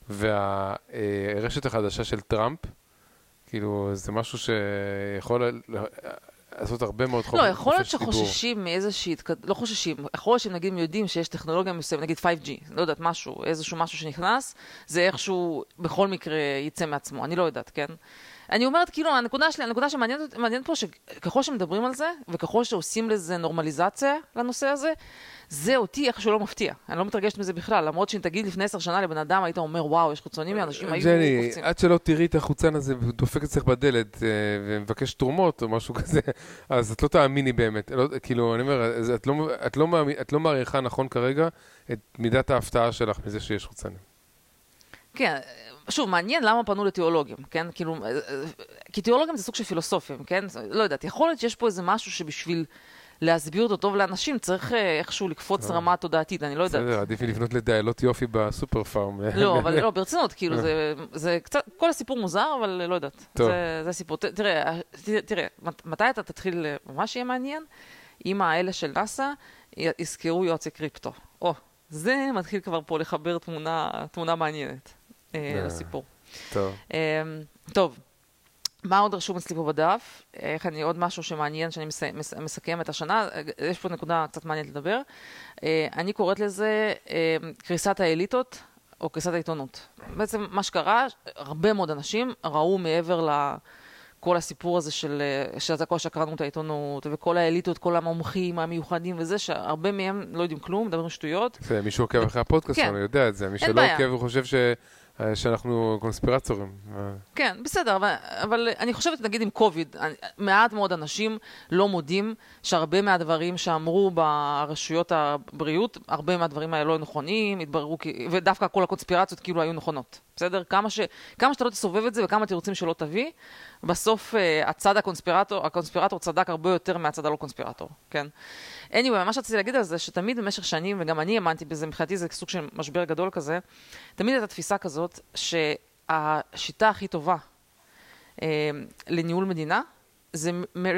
והרשת החדשה של טראמפ, כאילו, זה משהו שיכול לעשות הרבה מאוד חופש דיבור. לא, יכול להיות שחוששים מאיזושהי, לא חוששים, יכול להיות שהם נגיד יודעים שיש טכנולוגיה מסוימת, נגיד פייב ג'י, לא יודעת, משהו, איזשהו משהו שנכנס, זה איכשהו בכל מקרה יצא מעצמו, אני לא יודעת, כן? אני אומרת, כאילו, הנקודה שלי, הנקודה שמעניינת פה, שככל שמדברים על זה, וככל שעושים לזה נורמליזציה לנושא הזה, זה אותי איכשהו לא מפתיע. אני לא מתרגשת מזה בכלל, למרות שאם תגיד לפני עשר שנה לבן אדם, היית אומר, וואו, יש חוצונים, אנשים היו קופצים. עד שלא תראי את החוצן הזה, ודופק אצלך בדלת, ומבקש תרומות או משהו כזה, אז את לא תאמיני באמת. כאילו, אני אומר, את לא מעריכה נכון כרגע את מידת ההפתעה שלך מזה שיש חוצנים. כן, שוב, מעניין למה פנו לתיאולוגים, כן? כאילו, כי תיאולוגים זה סוג של פילוסופים, כן? לא יודעת, יכול להיות שיש פה איזה משהו שבשביל להסביר אותו טוב לאנשים, צריך איכשהו לקפוץ רמה תודעתית, אני לא יודעת. בסדר, עדיף לי לפנות לדיילות יופי בסופר פארם. לא, אבל לא, ברצינות, כאילו, זה קצת, כל הסיפור מוזר, אבל לא יודעת. זה סיפור. תראה, תראה, מתי אתה תתחיל, ממש יהיה מעניין, אם האלה של נאסא יזכרו יועצי קריפטו. או, זה מתחיל כבר פה לחבר תמונה מעניינת. לסיפור. טוב. טוב, מה עוד רשום אצלי פה בדף? איך אני, עוד משהו שמעניין שאני מסכם את השנה, יש פה נקודה קצת מעניינת לדבר. אני קוראת לזה קריסת האליטות או קריסת העיתונות. בעצם מה שקרה, הרבה מאוד אנשים ראו מעבר לכל הסיפור הזה של שזה כל השקרנות העיתונות וכל האליטות, כל המומחים המיוחדים וזה, שהרבה מהם לא יודעים כלום, מדברים שטויות. מישהו עוקב אחרי הפודקאסט, אני יודע את זה. מי שלא עוקב וחושב ש... שאנחנו קונספירצורים. כן, בסדר, אבל, אבל אני חושבת, נגיד עם קוביד, מעט מאוד אנשים לא מודים שהרבה מהדברים שאמרו ברשויות הבריאות, הרבה מהדברים האלה לא נכונים, התבררו, ודווקא כל הקונספירציות כאילו היו נכונות. בסדר? כמה, ש, כמה שאתה לא תסובב את זה וכמה תירוצים שלא תביא, בסוף הצד הקונספירטור, הקונספירטור צדק הרבה יותר מהצד הלא קונספירטור, כן? anyway, מה שרציתי להגיד על זה, שתמיד במשך שנים, וגם אני האמנתי בזה, מבחינתי זה סוג של משבר גדול כזה, תמיד הייתה תפיסה כזאת, שהשיטה הכי טובה אה, לניהול מדינה, זה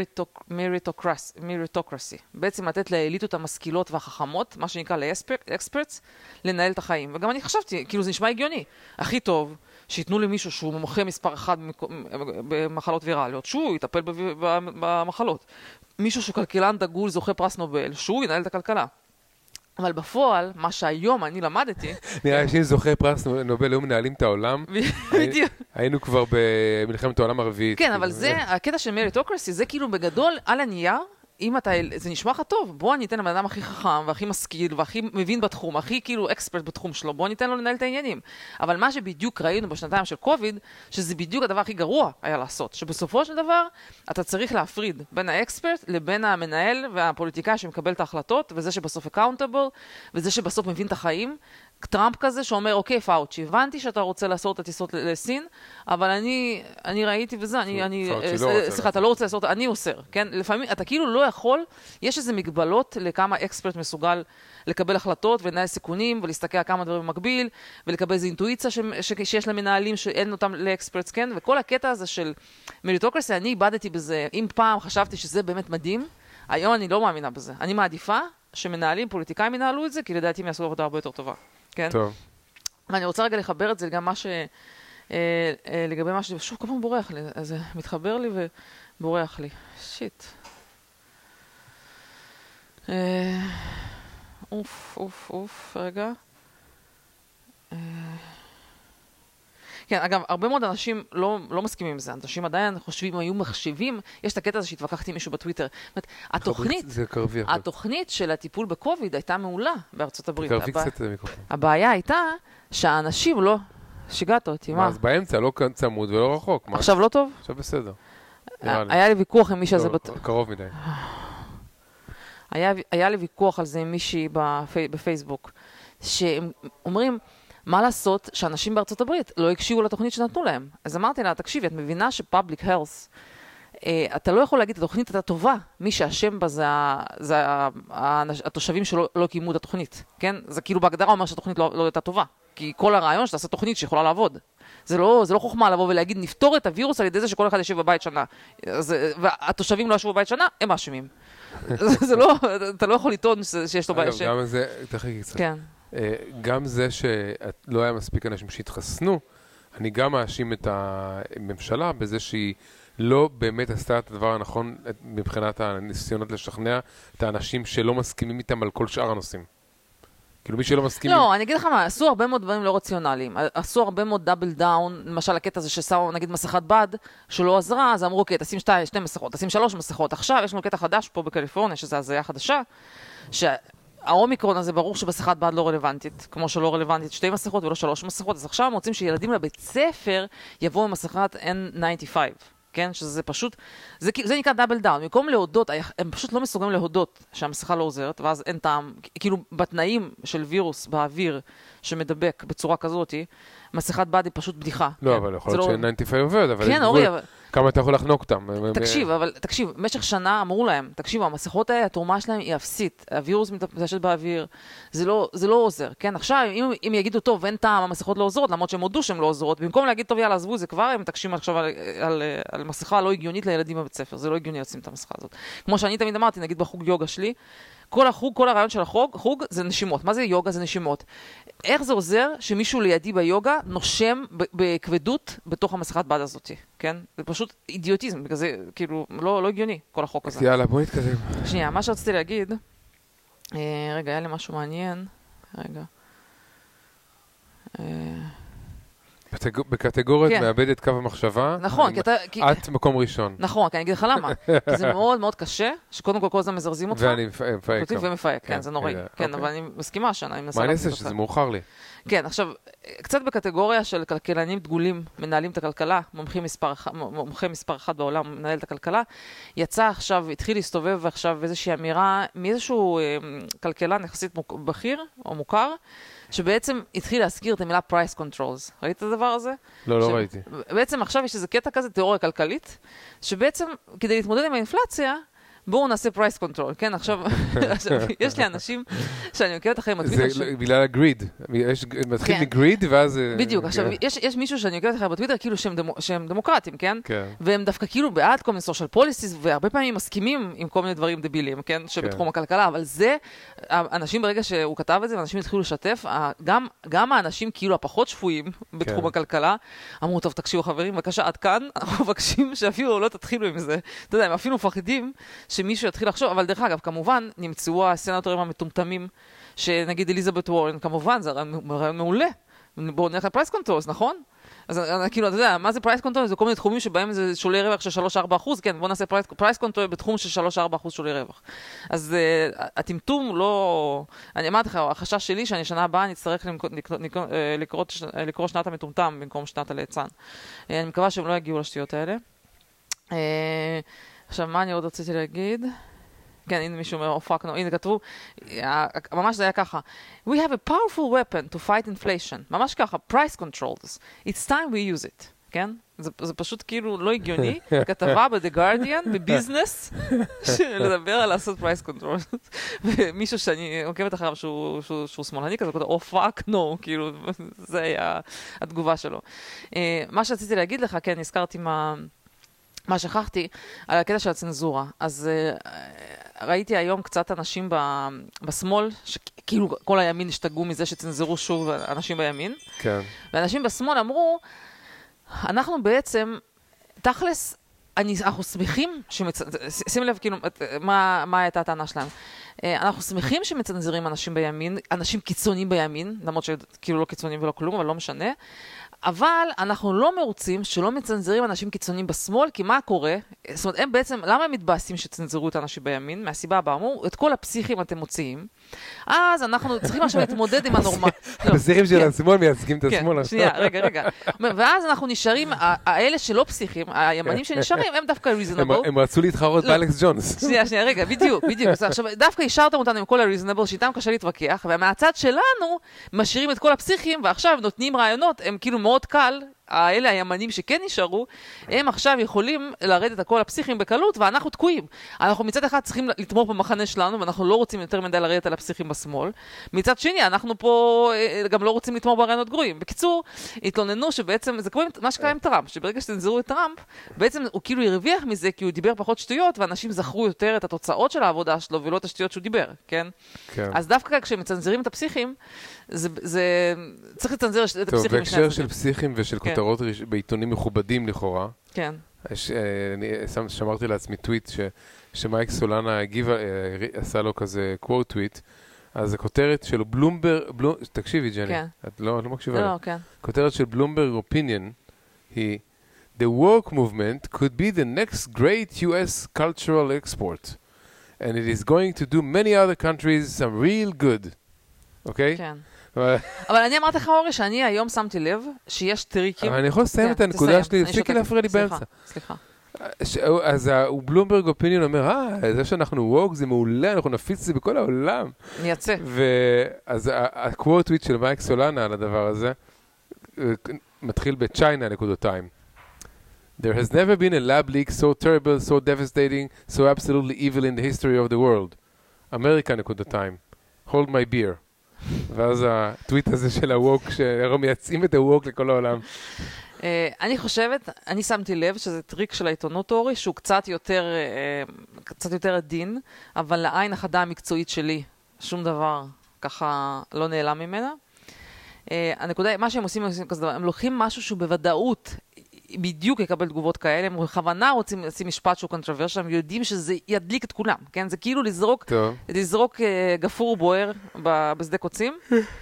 מריטוקרסי. בעצם לתת לאליטות המשכילות והחכמות, מה שנקרא לאקספרטס, לנהל את החיים. וגם אני חשבתי, כאילו זה נשמע הגיוני. הכי טוב, שיתנו למישהו שהוא מומחה מספר אחד במחלות ויראליות, שהוא יטפל במחלות. מישהו שכלכלן דגול זוכה פרס נובל, שהוא ינהל את הכלכלה. אבל בפועל, מה שהיום אני למדתי... נראה שאם זוכה פרס נובל היו מנהלים את העולם, היינו כבר במלחמת העולם הרביעית. כן, אבל זה, הקטע של מריטוקרסי, זה כאילו בגדול, על הנייר, אם אתה, זה נשמע לך טוב, בוא ניתן לבן אדם הכי חכם, והכי משכיל, והכי מבין בתחום, הכי כאילו אקספרט בתחום שלו, בוא ניתן לו לנהל את העניינים. אבל מה שבדיוק ראינו בשנתיים של קוביד, שזה בדיוק הדבר הכי גרוע היה לעשות, שבסופו של דבר, אתה צריך להפריד בין האקספרט לבין המנהל והפוליטיקאי שמקבל את ההחלטות, וזה שבסוף אקאונטבל, וזה שבסוף מבין את החיים. טראמפ כזה שאומר, אוקיי, פאוצ'י, הבנתי שאתה רוצה לעשות את הטיסות לסין, אבל אני, אני ראיתי וזה, אני, אני, סליחה, אתה לא רוצה לעשות, אני אוסר, כן? לפעמים, אתה כאילו לא יכול, יש איזה מגבלות לכמה אקספרט מסוגל לקבל החלטות ולנהל סיכונים, ולהסתכל על כמה דברים במקביל, ולקבל איזו אינטואיציה ש, ש, שיש למנהלים שאין אותם לאקספרטס, כן? וכל הקטע הזה של מריטוקרסי, אני איבדתי בזה, אם פעם חשבתי שזה באמת מדהים, היום אני לא מאמינה בזה. אני מעדיפה שמנהלים, פוליטיקאים ינהלו את זה, כי לדעתי הם יעשו עבודה הרבה יותר טובה. כן? טוב. ואני רוצה רגע לחבר את זה גם מה ש... אה, אה, לגבי מה ש... שוב, כל פעם בורח לי. אז זה מתחבר לי ובורח לי. שיט. אוף, אוף, אוף, רגע. כן, אגב, הרבה מאוד אנשים לא, לא מסכימים עם זה. אנשים עדיין חושבים, היו מחשיבים, יש את הקטע הזה שהתווכחתי עם מישהו בטוויטר. זאת אומרת, התוכנית, התוכנית של הטיפול בקוביד הייתה מעולה בארצות הברית. תקרבי קצת למיקרופון. הבעיה הייתה שהאנשים לא... שיגעת אותי, מה? אז באמצע, לא צמוד ולא רחוק. עכשיו לא טוב? עכשיו בסדר. היה לי ויכוח עם מישהו הזה... קרוב מדי. היה לי ויכוח על זה עם מישהי בפייסבוק, שהם אומרים, מה לעשות שאנשים בארצות הברית לא הקשיבו לתוכנית שנתנו להם? אז אמרתי לה, תקשיבי, את מבינה שפאבליק הלס, אתה לא יכול להגיד, התוכנית הייתה טובה, מי שאשם בה זה התושבים שלא קיימו את התוכנית, כן? זה כאילו בהגדרה אומר שהתוכנית לא הייתה טובה, כי כל הרעיון שתעשה תוכנית שיכולה לעבוד. זה לא, זה לא חוכמה לבוא ולהגיד, נפתור את הווירוס על ידי זה שכל אחד ישב בבית שנה. והתושבים לא ישבו בבית שנה, הם אשמים. זה לא, אתה לא יכול לטעון שיש לו בעיה שם. גם זה, תחי קצת. כן. גם זה שלא היה מספיק אנשים שהתחסנו, אני גם מאשים את הממשלה בזה שהיא לא באמת עשתה את הדבר הנכון מבחינת הניסיונות לשכנע את האנשים שלא מסכימים איתם על כל שאר הנושאים. כאילו מי שלא מסכים... לא, אני אגיד לך מה, עשו הרבה מאוד דברים לא רציונליים. עשו הרבה מאוד דאבל דאון, למשל הקטע הזה ששמו נגיד מסכת בד, שלא עזרה, אז אמרו, אוקיי, תשים שתי, שתי מסכות, תשים שלוש מסכות. עכשיו יש לנו קטע חדש פה בקליפורניה, שזה הזיה חדשה, שהאומיקרון הזה ברור שבסכת בד לא רלוונטית, כמו שלא רלוונטית שתי מסכות ולא שלוש מסכות, אז עכשיו הם רוצים שילדים לבית ספר יבואו עם מסכת אן תשעים וחמש. כן, שזה פשוט, זה, זה נקרא דאבל דאון, במקום להודות, הם פשוט לא מסוגלים להודות שהמסכה לא עוזרת, ואז אין טעם, כאילו בתנאים של וירוס באוויר שמדבק בצורה כזאת, מסכת בד היא פשוט בדיחה. לא, כן, אבל יכול להיות לא... ש-תשעים וחמש עובד, אבל כן, אורי, אבל... כמה אתה יכול לחנוק אותם? תקשיב, אבל תקשיב, במשך שנה אמרו להם, תקשיבו, המסכות האלה, התרומה שלהם היא אפסית, הווירוס מתפשט באוויר, זה לא, זה לא עוזר, כן? עכשיו, אם, אם יגידו, טוב, אין טעם, המסכות לא עוזרות, למרות שהם הודו שהן לא עוזרות, במקום להגיד, טוב, יאללה, עזבו, זה כבר, הם מתקשים עכשיו על, על, על מסכה לא הגיונית לילדים בבית ספר, זה לא הגיוני לשים את המסכה הזאת. כמו שאני תמיד אמרתי, נגיד בחוג יוגה שלי, כל החוג, כל הרעיון של החוג, חוג זה נשימות. מה זה יוגה? זה נשימות. איך זה עוזר שמישהו לידי ביוגה נושם בכבדות בתוך המסכת בד הזאת, כן? זה פשוט אידיוטיזם, בגלל זה, כאילו, לא, לא הגיוני, כל החוק הזה. יאללה, בואי נתקדם. שנייה, מה שרציתי להגיד, אה, רגע, היה לי משהו מעניין, רגע. אה... בקטגוריות מאבדת קו המחשבה, נכון, את מקום ראשון. נכון, כי אני אגיד לך למה. כי זה מאוד מאוד קשה, שקודם כל כל זה מזרזים אותך. ואני מפייק. ומפייק, כן, זה נוראי. כן, אבל אני מסכימה שאני מנסה... מה אני אעשה שזה מאוחר לי? כן, עכשיו, קצת בקטגוריה של כלכלנים דגולים, מנהלים את הכלכלה, מומחי מספר אחד בעולם מנהל את הכלכלה, יצא עכשיו, התחיל להסתובב עכשיו איזושהי אמירה מאיזשהו כלכלן יחסית בכיר או מוכר, שבעצם התחיל להזכיר את המילה price controls. ראית את הדבר הזה? לא, לא ראיתי. בעצם עכשיו יש איזה קטע כזה, תיאוריה כלכלית, שבעצם כדי להתמודד עם האינפלציה, בואו נעשה price control, כן? עכשיו, יש לי אנשים שאני מכירת אחרי בטוויטר... זה בגלל הגריד. מתחיל מגריד ואז... בדיוק. עכשיו, יש מישהו שאני מכירת אחרי בטוויטר כאילו שהם דמוקרטים, כן? והם דווקא כאילו בעד כל מיני social policies, והרבה פעמים מסכימים עם כל מיני דברים דבילים, כן? שבתחום הכלכלה, אבל זה, אנשים ברגע שהוא כתב את זה, ואנשים התחילו לשתף, גם האנשים כאילו הפחות שפויים בתחום הכלכלה, אמרו, טוב, תקשיבו חברים, בבקשה, עד כאן, אנחנו מבקשים שאפילו לא תתחילו עם זה. אתה יודע, הם אפילו מפחדים שמישהו יתחיל לחשוב, אבל דרך אגב, כמובן, נמצאו הסנטורים המטומטמים, שנגיד אליזבת וורן, כמובן, זה רעיון מעולה. בואו נלך לפרייס קונטרולס, נכון? אז כאילו, אתה יודע, מה זה פרייס קונטרולס? זה כל מיני תחומים שבהם זה שולי רווח של שלוש עד ארבע אחוז, כן, בואו נעשה פרייס קונטרולס בתחום של שלוש עד ארבע אחוז שולי רווח. אז הטמטום לא... אני אמרתי לך, החשש שלי שאני שנה הבאה נצטרך לקרוא שנת המטומטם במקום שנת הליצן. אני מקווה שהם לא יגיעו לשטויות האלה. עכשיו, מה אני עוד רציתי להגיד? כן, הנה מישהו אומר, oh fuck no, הנה כתבו, ממש זה היה ככה, we have a powerful weapon to fight inflation, ממש ככה, price controls, it's time we use it, כן? זה, זה פשוט כאילו לא הגיוני, כתבה ב-The Guardian, בביזנס, לדבר על לעשות price controls, ומישהו שאני עוקבת אחריו שהוא, שהוא, שהוא שמאלני כזה, כותב, oh fuck no, כאילו, זה היה התגובה שלו. מה שרציתי להגיד לך, כן, הזכרתי מה... מה שכחתי, על הקטע של הצנזורה. אז uh, ראיתי היום קצת אנשים ב, בשמאל, שכאילו כל הימין השתגעו מזה שצנזרו שוב אנשים בימין. כן. ואנשים בשמאל אמרו, אנחנו בעצם, תכלס, אני, אנחנו שמחים, שמצ... שים לב, כאילו, מה, מה הייתה הטענה שלהם. אנחנו שמחים שמצנזרים אנשים בימין, אנשים קיצוניים בימין, למרות שכאילו לא קיצוניים ולא כלום, אבל לא משנה. אבל אנחנו לא מרוצים שלא מצנזרים אנשים קיצוניים בשמאל, כי מה קורה? זאת אומרת, הם בעצם, למה הם מתבאסים שצנזרו את האנשים בימין? מהסיבה הבאה, אמרו, את כל הפסיכים אתם מוציאים, אז אנחנו צריכים עכשיו להתמודד עם הנורמה. הפסיכים של השמאל מייצגים את השמאל. כן, שנייה, רגע, רגע. ואז אנחנו נשארים, האלה שלא פסיכים, הימנים שנשארים, הם דווקא reasonable. הם רצו להתחרות באלכס ג'ונס. שנייה, שנייה, רגע, בדיוק, בדיוק. עכשיו, דווקא השארתם אותנו עם כל ה-reasonable, שאיתם קשה להתווכח, ומהצד שלנו משאירים את כל הפסיכים, ועכשיו נותנים רעיונות, הם כאילו מאוד קל, האלה הימנים שכן נשארו, הם עכשיו יכולים לרדת את כל הפסיכים בקלות, ואנחנו תקועים. אנחנו מצד אחד צריכים לתמוך במחנה שלנו, ואנחנו לא רוצים יותר מדי לרדת על הפסיכים בשמאל. מצד שני, אנחנו פה גם לא רוצים לתמוך ברעיונות גרועים. בקיצור, התלוננו שבעצם, זה כמו מה שקרה עם טראמפ, שברגע שתנזרו את טראמפ, בעצם הוא כאילו הרוויח מזה, כי הוא דיבר פחות שטויות, ואנשים זכרו יותר את התוצאות של העבודה שלו, ולא את השטויות שהוא דיבר, כן? כן. אז דווקא כשמצנזרים את הפסיכים, זה, זה, צריך לצנזר את הפסיכים. טוב, בהקשר של פסיכים ושל כן. כותרות בעיתונים מכובדים לכאורה. כן. יש, אני שמרתי לעצמי טוויט ש, שמייק סולנה הגיב, עשה לו כזה קוואט טוויט, אז הכותרת של בלומברג, בלום, תקשיבי ג'ני, כן. את לא, לא מקשיבה. לא, כן. הכותרת של בלומברג אופיניון היא The woke movement could be the next great U S cultural export and it is going to do many other countries some real good. אוקיי? כן. אבל אני אמרת לך, אורי, שאני היום שמתי לב שיש טריקים. אבל אני יכול לסיים את הנקודה שלי, תפסיקי להפריע לי באמצע. סליחה. אז בלומברג אופיניון אומר, אה, זה שאנחנו ווק זה מעולה, אנחנו נפיץ את זה בכל העולם. נייצא. ואז הקוואט טוויט של מייק סולנה על הדבר הזה, מתחיל בצ'יינה נקודותיים. There has never been a lab leak so terrible, so devastating, so absolutely evil in the history of the world. אמריקה נקודותיים. Hold my beer. ואז הטוויט הזה של הווק, שאנחנו מייצאים את הווק לכל העולם. אני חושבת, אני שמתי לב שזה טריק של העיתונות אורי, שהוא קצת יותר, קצת יותר עדין, אבל לעין החדה המקצועית שלי, שום דבר ככה לא נעלם ממנה. הנקודה, מה שהם עושים, הם, כזה דבר, הם לוקחים משהו שהוא בוודאות בדיוק יקבל תגובות כאלה, הם בכוונה רוצים לשים משפט שהוא קונטרוברשל, הם יודעים שזה ידליק את כולם, כן? זה כאילו לזרוק, לזרוק גפור בוער בשדה קוצים,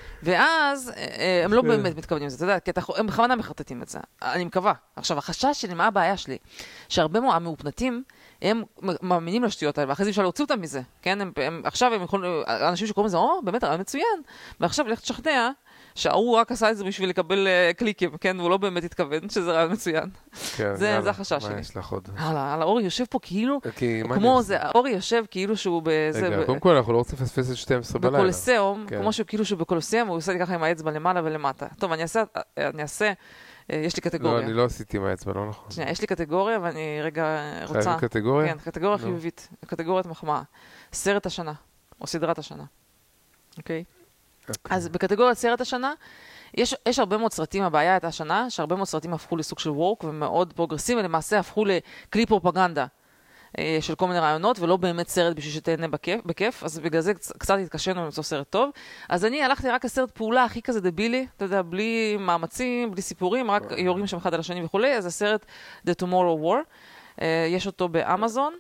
ואז הם לא באמת מתכוונים לזה, אתה יודע, כי הם בכוונה מחרטטים את זה. אני מקווה. עכשיו, החשש שלי, מה הבעיה שלי? שהרבה מאוד המאופנתים, הם מאמינים לשטויות האלה, ואחרי זה אפשר להוציא אותם מזה, כן? הם, הם, עכשיו הם יכולים, אנשים שקוראים לזה, או, באמת, רעיון מצוין, ועכשיו לך תשכנע, שההוא רק עשה את זה בשביל לקבל uh, קליקים, כן? והוא לא באמת התכוון שזה רעיון מצוין. כן, זה, יאללה, זה החשש שלי. מה יש לך עוד? הלאה, הלאה, אורי יושב פה כאילו, כמו זה, אורי יושב כאילו שהוא בזה... רגע, קודם כל אנחנו לא רוצים לפספס את שתים עשרה בלילה. בקולוסיאום, כמו שהוא כאילו שהוא בקולוסיאום, הוא עושה לי ככה עם האצבע למעלה ולמטה. טוב, אני אעשה, אני אעשה, יש לי קטגוריה. לא, אני לא עשיתי עם האצבע, לא נכון. שנייה, יש לי קטגוריה ואני רגע רוצה... חייב קטגוריה? כן, קטגוריה חיובית, קטגוריית מחמאה. סרט השנה, או סדרת השנה. אוקיי? אז בקטגוריית סרט השנה, יש, יש הרבה מאוד סרטים, הבעיה הייתה השנה, שהרבה מאוד סרטים הפכו לסוג של וורק, ומאוד פרוגרסיביים, ולמעשה הפכו לכלי פרופגנדה אה, של כל מיני רעיונות, ולא באמת סרט בשביל שתהנה בכיף, בכיף, אז בגלל זה קצת התקשנו למצוא סרט טוב. אז אני הלכתי רק לסרט פעולה הכי כזה דבילי, אתה יודע, בלי מאמצים, בלי סיפורים, רק יורים שם אחד על השני וכולי, אז הסרט The Tomorrow War, אה, יש אותו באמזון,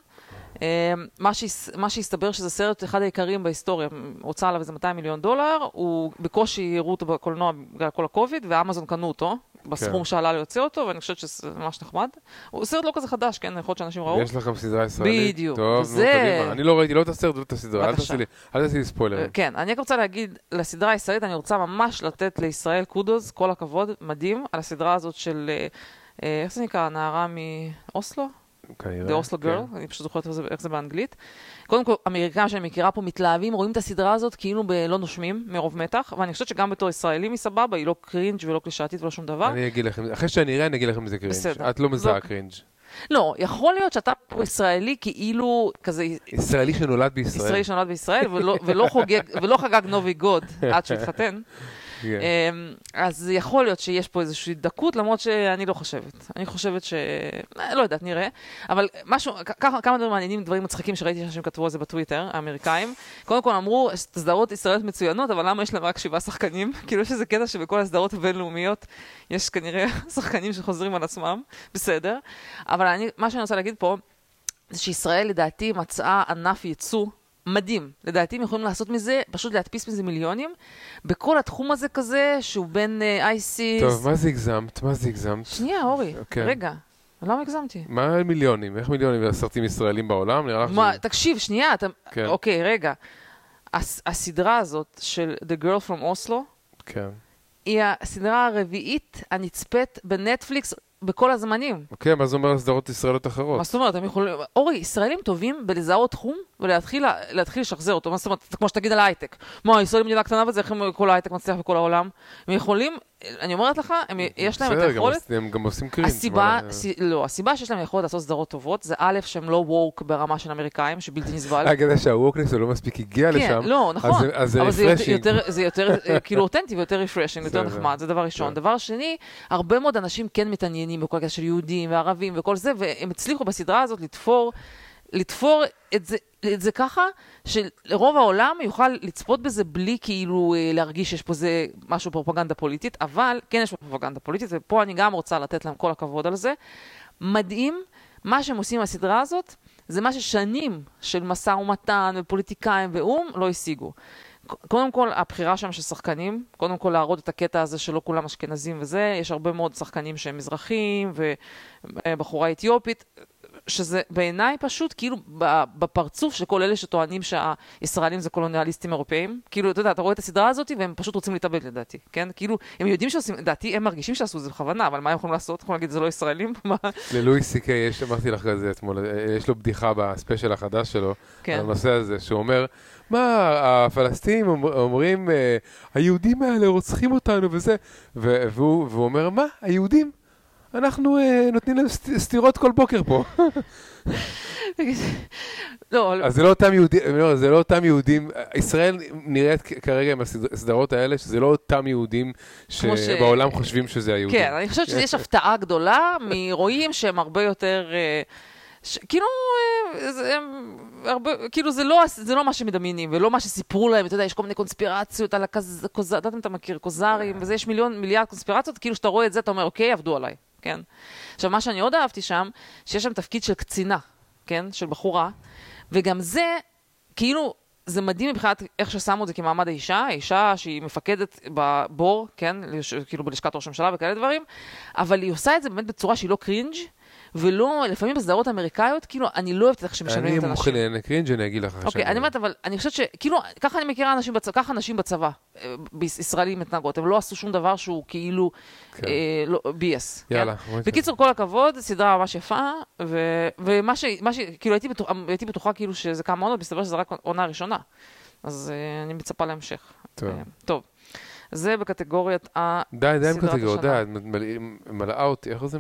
מה, שהס... מה שהסתבר שזה סרט אחד העיקריים בהיסטוריה, הוצא עליו איזה מאתיים מיליון דולר, הוא בקושי הראו אותו בקולנוע בגלל כל הקוביד, ואמזון קנו אותו, בסכום שעלה ליוצא אותו, ואני חושבת שזה ממש נחמד. הוא סרט לא כזה חדש, כן, יכול להיות שאנשים ראו. יש לכם סדרה ישראלית. בדיוק. טוב, וזה... נו, קדימה. אני לא ראיתי לא את הסרט, לא את הסדרה, אל תעשי לי, אל תעשי לי ספוילרים. כן, אני רק רוצה להגיד, לסדרה הישראלית, אני רוצה ממש לתת לישראל קודוז, כל הכבוד, מדהים, על הסדרה הזאת של, איך זה נקרא, נערה מאוסלו? The Oslo Girl, אני פשוט זוכרת איך זה באנגלית. קודם כל, אמריקאים שאני מכירה פה מתלהבים, רואים את הסדרה הזאת כאילו לא נושמים מרוב מתח, ואני חושבת שגם בתור ישראלים היא סבבה, היא לא קרינג' ולא קלישאתית ולא שום דבר. אני אגיד לכם, אחרי שאני אראה, אני אגיד לכם איזה קרינג'. את לא מזהה קרינג'. לא, יכול להיות שאתה פה ישראלי כאילו כזה... ישראלי שנולד בישראל. ישראלי שנולד בישראל ולא חגג נובי גוד עד שהתחתן. אז יכול להיות שיש פה איזושהי דקות, למרות שאני לא חושבת. אני חושבת ש... לא יודעת, נראה. אבל משהו, כמה דברים מעניינים, דברים מצחיקים שראיתי שאנשים כתבו על זה בטוויטר, האמריקאים. קודם כל אמרו, סדרות ישראליות מצוינות, אבל למה יש להם רק שבעה שחקנים? כאילו יש איזה קטע שבכל הסדרות הבינלאומיות יש כנראה שחקנים שחוזרים על עצמם. בסדר. אבל אני, מה שאני רוצה להגיד פה, זה שישראל לדעתי מצאה ענף ייצוא מדהים. לדעתי הם יכולים לעשות מזה, פשוט להדפיס מזה מיליונים, בכל התחום הזה כזה, שהוא בין אייסיס... טוב, מה זה הגזמת? מה זה הגזמת? שנייה, אורי, רגע. למה הגזמתי? מה מיליונים? איך מיליונים לסרטים ישראלים בעולם? נראה לך מה, תקשיב, שנייה, אתה... אוקיי, רגע. הסדרה הזאת של The Girl from Oslo, כן. היא הסדרה הרביעית הנצפית בנטפליקס בכל הזמנים. אוקיי, מה זה אומר לסדרות ישראליות אחרות? מה זאת אומרת, הם יכולים... אורי, ישראלים טובים בלזהות תחום ולהתחיל לשחזר אותו. מה זאת אומרת, כמו שתגיד על ההייטק. מה, ישראלים מדינה קטנה וזה, איך כל ההייטק מצליח בכל העולם? הם יכולים, אני אומרת לך, יש להם את היכולת... בסדר, הם גם עושים קרינג'. הסיבה, לא, הסיבה שיש להם יכולת לעשות סדרות טובות, זה א', שהם לא ווק ברמה של אמריקאים, שבלתי נסבל. אה, כדי שהווקנס לא מספיק הגיע לשם. כן, לא, נכון. אז זה רפרשינג. זה יותר, כאילו, אותנטי ויותר רפרשינג, יותר נחמד, זה דבר ראשון. דבר שני, הרבה מאוד אנשים כן מתעניינים בכל כזה של יהודים וערבים וכל זה, והם הצליחו בסדרה הזאת לתפור, לתפור את זה, את זה ככה, שלרוב העולם יוכל לצפות בזה בלי כאילו להרגיש שיש פה זה משהו פרופגנדה פוליטית, אבל כן יש פה פרופגנדה פוליטית, ופה אני גם רוצה לתת להם כל הכבוד על זה. מדהים, מה שהם עושים בסדרה הזאת, זה מה ששנים של משא ומתן ופוליטיקאים ואום לא השיגו. קודם כל, הבחירה שם של שחקנים, קודם כל להראות את הקטע הזה שלא כולם אשכנזים וזה, יש הרבה מאוד שחקנים שהם מזרחים ובחורה אתיופית, שזה בעיניי פשוט כאילו בפרצוף של כל אלה שטוענים שהישראלים זה קולוניאליסטים אירופאים, כאילו, אתה יודע, אתה רואה את הסדרה הזאת והם פשוט רוצים להתאבד לדעתי, כן? כאילו, הם יודעים שעושים, לדעתי, הם מרגישים שעשו את זה בכוונה, אבל מה הם יכולים לעשות? יכולים להגיד, זה לא ישראלים? ללואי סי קיי, יש, אמרתי לך כזה אתמול, יש לו בדיחה בספיישל החדש שלו, על הנושא הזה, שהוא אומר, מה, הפלסטינים אומרים, היהודים האלה רוצחים אותנו וזה, והוא אומר, מה, היהודים? אנחנו נותנים להם סתירות כל בוקר פה. אז זה לא אותם יהודים, זה לא אותם יהודים, ישראל נראית כרגע עם הסדרות האלה, שזה לא אותם יהודים שבעולם חושבים שזה היהודים. כן, אני חושבת שיש הפתעה גדולה מרואים שהם הרבה יותר... כאילו, כאילו זה לא מה שמדמיינים, ולא מה שסיפרו להם, אתה יודע, יש כל מיני קונספירציות על הכוזר, אתה יודע, אתה מכיר, קוזרים, וזה יש מיליון, מיליארד קונספירציות, כאילו שאתה רואה את זה, אתה אומר, אוקיי, עבדו עליי, כן? עכשיו, מה שאני עוד אהבתי שם, שיש שם תפקיד של קצינה, כן? של בחורה, וגם זה, כאילו, זה מדהים מבחינת איך ששמו את זה כמעמד האישה, האישה שהיא מפקדת בבור, כן? כאילו בלשכת ראש הממשלה וכאלה דברים, אבל היא עושה את זה באמת בצורה שהיא לא קרינג' ולא, לפעמים בסדרות האמריקאיות, כאילו, אני לא אוהבת איך שמשלמים את האנשים. אני מוכן קרינג' אני אגיד לך. אוקיי, אני אומרת, אבל אני חושבת שכאילו, ככה אני מכירה אנשים בצבא, ככה אנשים בצבא, בישראלים מתנהגות, הם לא עשו שום דבר שהוא כאילו, בי אס. יאללה. בקיצור, כל הכבוד, סדרה ממש יפה, ומה ש, כאילו, הייתי בטוחה כאילו שזה כמה עונות, מסתבר שזה רק עונה ראשונה. אז אני מצפה להמשך. טוב. זה בקטגוריית ה... די, די עם קטגוריות, די, מלאה אותי, איך זה...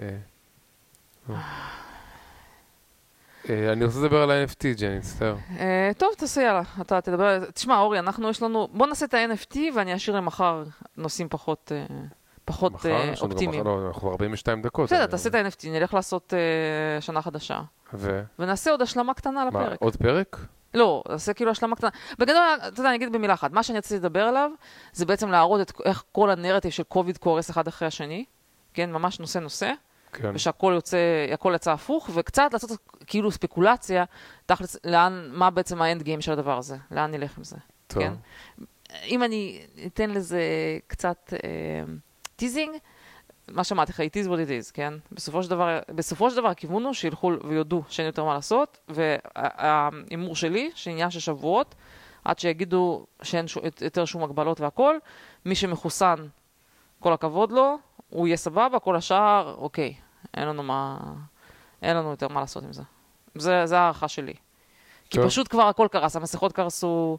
אני רוצה לדבר על ה-אן אף טי, ג'ני, מצטער. טוב, תעשה, יאללה. אתה תדבר... תשמע, אורי, אנחנו יש לנו... בוא נעשה את ה-אן אף טי ואני אשאיר למחר נושאים פחות אופטימיים. מחר? אנחנו ארבעים ושתיים דקות. בסדר, תעשה את ה-אן אף טי, נלך לעשות שנה חדשה. ו? ונעשה עוד השלמה קטנה לפרק. מה, עוד פרק? לא, נעשה כאילו השלמה קטנה. בגדול, אתה יודע, אני אגיד במילה אחת. מה שאני רציתי לדבר עליו, זה בעצם להראות איך כל הנרטיב של קוביד קורס אחד אחרי השני. כן, ממש נושא נושא. ושהכל יוצא, הכל יצא הפוך, וקצת לעשות כאילו ספקולציה, תכלס, לאן, מה בעצם האנד גיים של הדבר הזה, לאן נלך עם זה. טוב. כן? אם אני אתן לזה קצת טיזינג, מה שמעתי לך, it is what it is, כן? בסופו של דבר, בסופו של דבר הכיוון הוא שילכו ויודעו שאין יותר מה לעשות, והאימור שלי, שעניין של שבועות, עד שיגידו שאין יותר שום הגבלות והכל, מי שמחוסן, כל הכבוד לו, הוא יהיה סבבה, כל השאר, אוקיי, אין לנו מה, אין לנו יותר מה לעשות עם זה. זה, זה הערכה שלי. כי פשוט כבר הכל קרס, המסכות קרסו,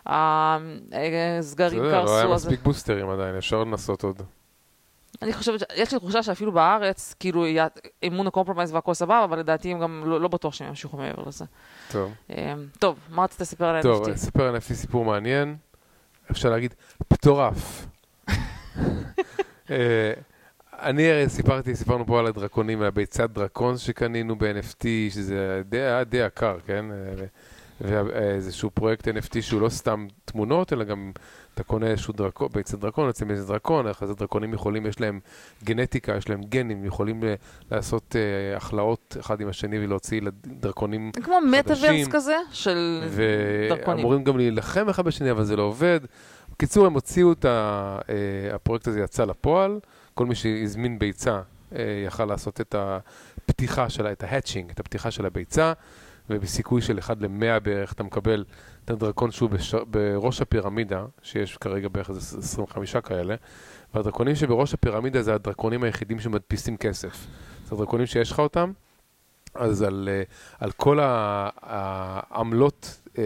הסגרים קרסו. זה לא היה מספיק בוסטרים עדיין, אפשר לנסות עוד. אני חושבת, יש לי תחושה שאפילו בארץ, כאילו, אימון הקומפרומייז והכל סבבה, אבל לדעתי הם גם לא בטוח שהם ימשיכו מעבר לזה. טוב. טוב, מה רצית לספר על ה-אן אף טי? טוב, לספר על ה-אן אף טי סיפור מעניין. אפשר להגיד, פטורף. אני הרי סיפרתי, סיפרנו פה על הדרקונים, על הביצת דרקון שקנינו ב-אן אף טי, שזה היה די יקר, כן? ואיזשהו פרויקט אן אף טי שהוא לא סתם תמונות, אלא גם אתה קונה איזשהו דרקון, ביצת דרקון, יוצאים איזה דרקון, אחרי זה דרקונים יכולים, יש להם גנטיקה, יש להם גנים, יכולים לעשות החלאות אחד עם השני ולהוציא דרקונים חדשים. כמו מטאברס כזה של דרקונים. ואמורים גם להילחם אחד בשני, אבל זה לא עובד. בקיצור, הם הוציאו את הפרויקט הזה, יצא לפועל, כל מי שהזמין ביצה יכל לעשות את הפתיחה שלה, את ההאצ'ינג, את הפתיחה של הביצה, ובסיכוי של אחד למאה בערך אתה מקבל את הדרקון שהוא בש... בראש הפירמידה, שיש כרגע בערך איזה עשרים וחמישה כאלה, והדרקונים שבראש הפירמידה זה הדרקונים היחידים שמדפיסים כסף. זה הדרקונים שיש לך אותם, אז על, על כל העמלות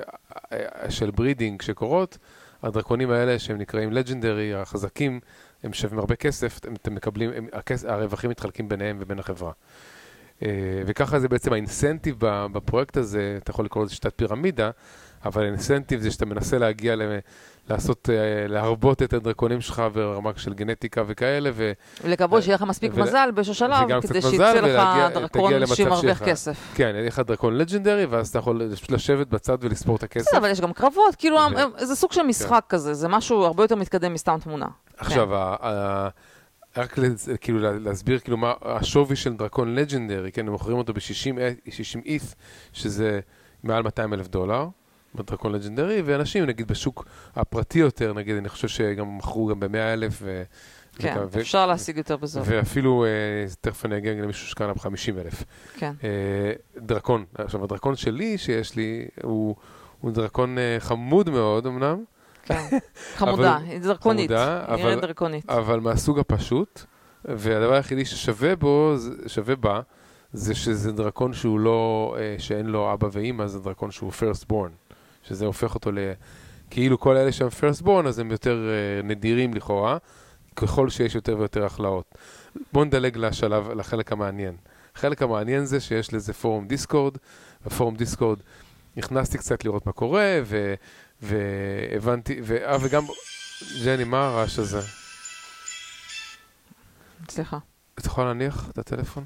של ברידינג שקורות, הדרקונים האלה שהם נקראים לג'נדרי, החזקים, הם שווים הרבה כסף, אתם מקבלים, הם, הכס, הרווחים מתחלקים ביניהם ובין החברה. Uh, וככה זה בעצם האינסנטיב בפרויקט הזה, אתה יכול לקרוא לזה שיטת פירמידה, אבל האינסנטיב זה שאתה מנסה להגיע, ל, לעשות, uh, להרבות את הדרקונים שלך ברמה של גנטיקה וכאלה. ו, ולקוות שיהיה לך מספיק ו, מזל באיזשהו שלב, כדי שיצא לך דרקון שמרוויח כסף. כן, יהיה לך דרקון לג'נדרי, ואז אתה יכול לשבת בצד ולספור את הכסף. אבל יש גם קרבות, כאילו ו... זה סוג של משחק כן. כזה, זה משהו הרבה יותר מתקדם מסתם תמונה. עכשיו, כן. ה, ה, רק כאילו להסביר כאילו מה השווי של דרקון לג'נדרי, כן, הם מוכרים אותו ב-שישים אית', שזה מעל מאתיים אלף דולר, בדרקון לג'נדרי, ואנשים, נגיד, בשוק הפרטי יותר, נגיד, אני חושב שגם מכרו גם ב-מאה אלף. כן, אפשר להשיג יותר בזאת. ואפילו, תכף אני אגיע למישהו שקנה ב-חמישים אלף. כן. דרקון, עכשיו, הדרקון שלי, שיש לי, הוא דרקון חמוד מאוד, אמנם, חמודה, היא דרקונית, היא נראית דרקונית. אבל מהסוג הפשוט, והדבר היחידי ששווה בו, שווה בה, זה שזה דרקון שהוא לא, שאין לו אבא ואמא, זה דרקון שהוא first born, שזה הופך אותו ל... כאילו כל אלה שהם first born, אז הם יותר נדירים לכאורה, ככל שיש יותר ויותר החלאות. בואו נדלג לשלב, לחלק המעניין. החלק המעניין זה שיש לזה פורום דיסקורד, בפורום דיסקורד נכנסתי קצת לראות מה קורה, ו... והבנתי, ו... וגם, ג'ני, מה הרעש הזה? סליחה. את יכולה להניח את הטלפון?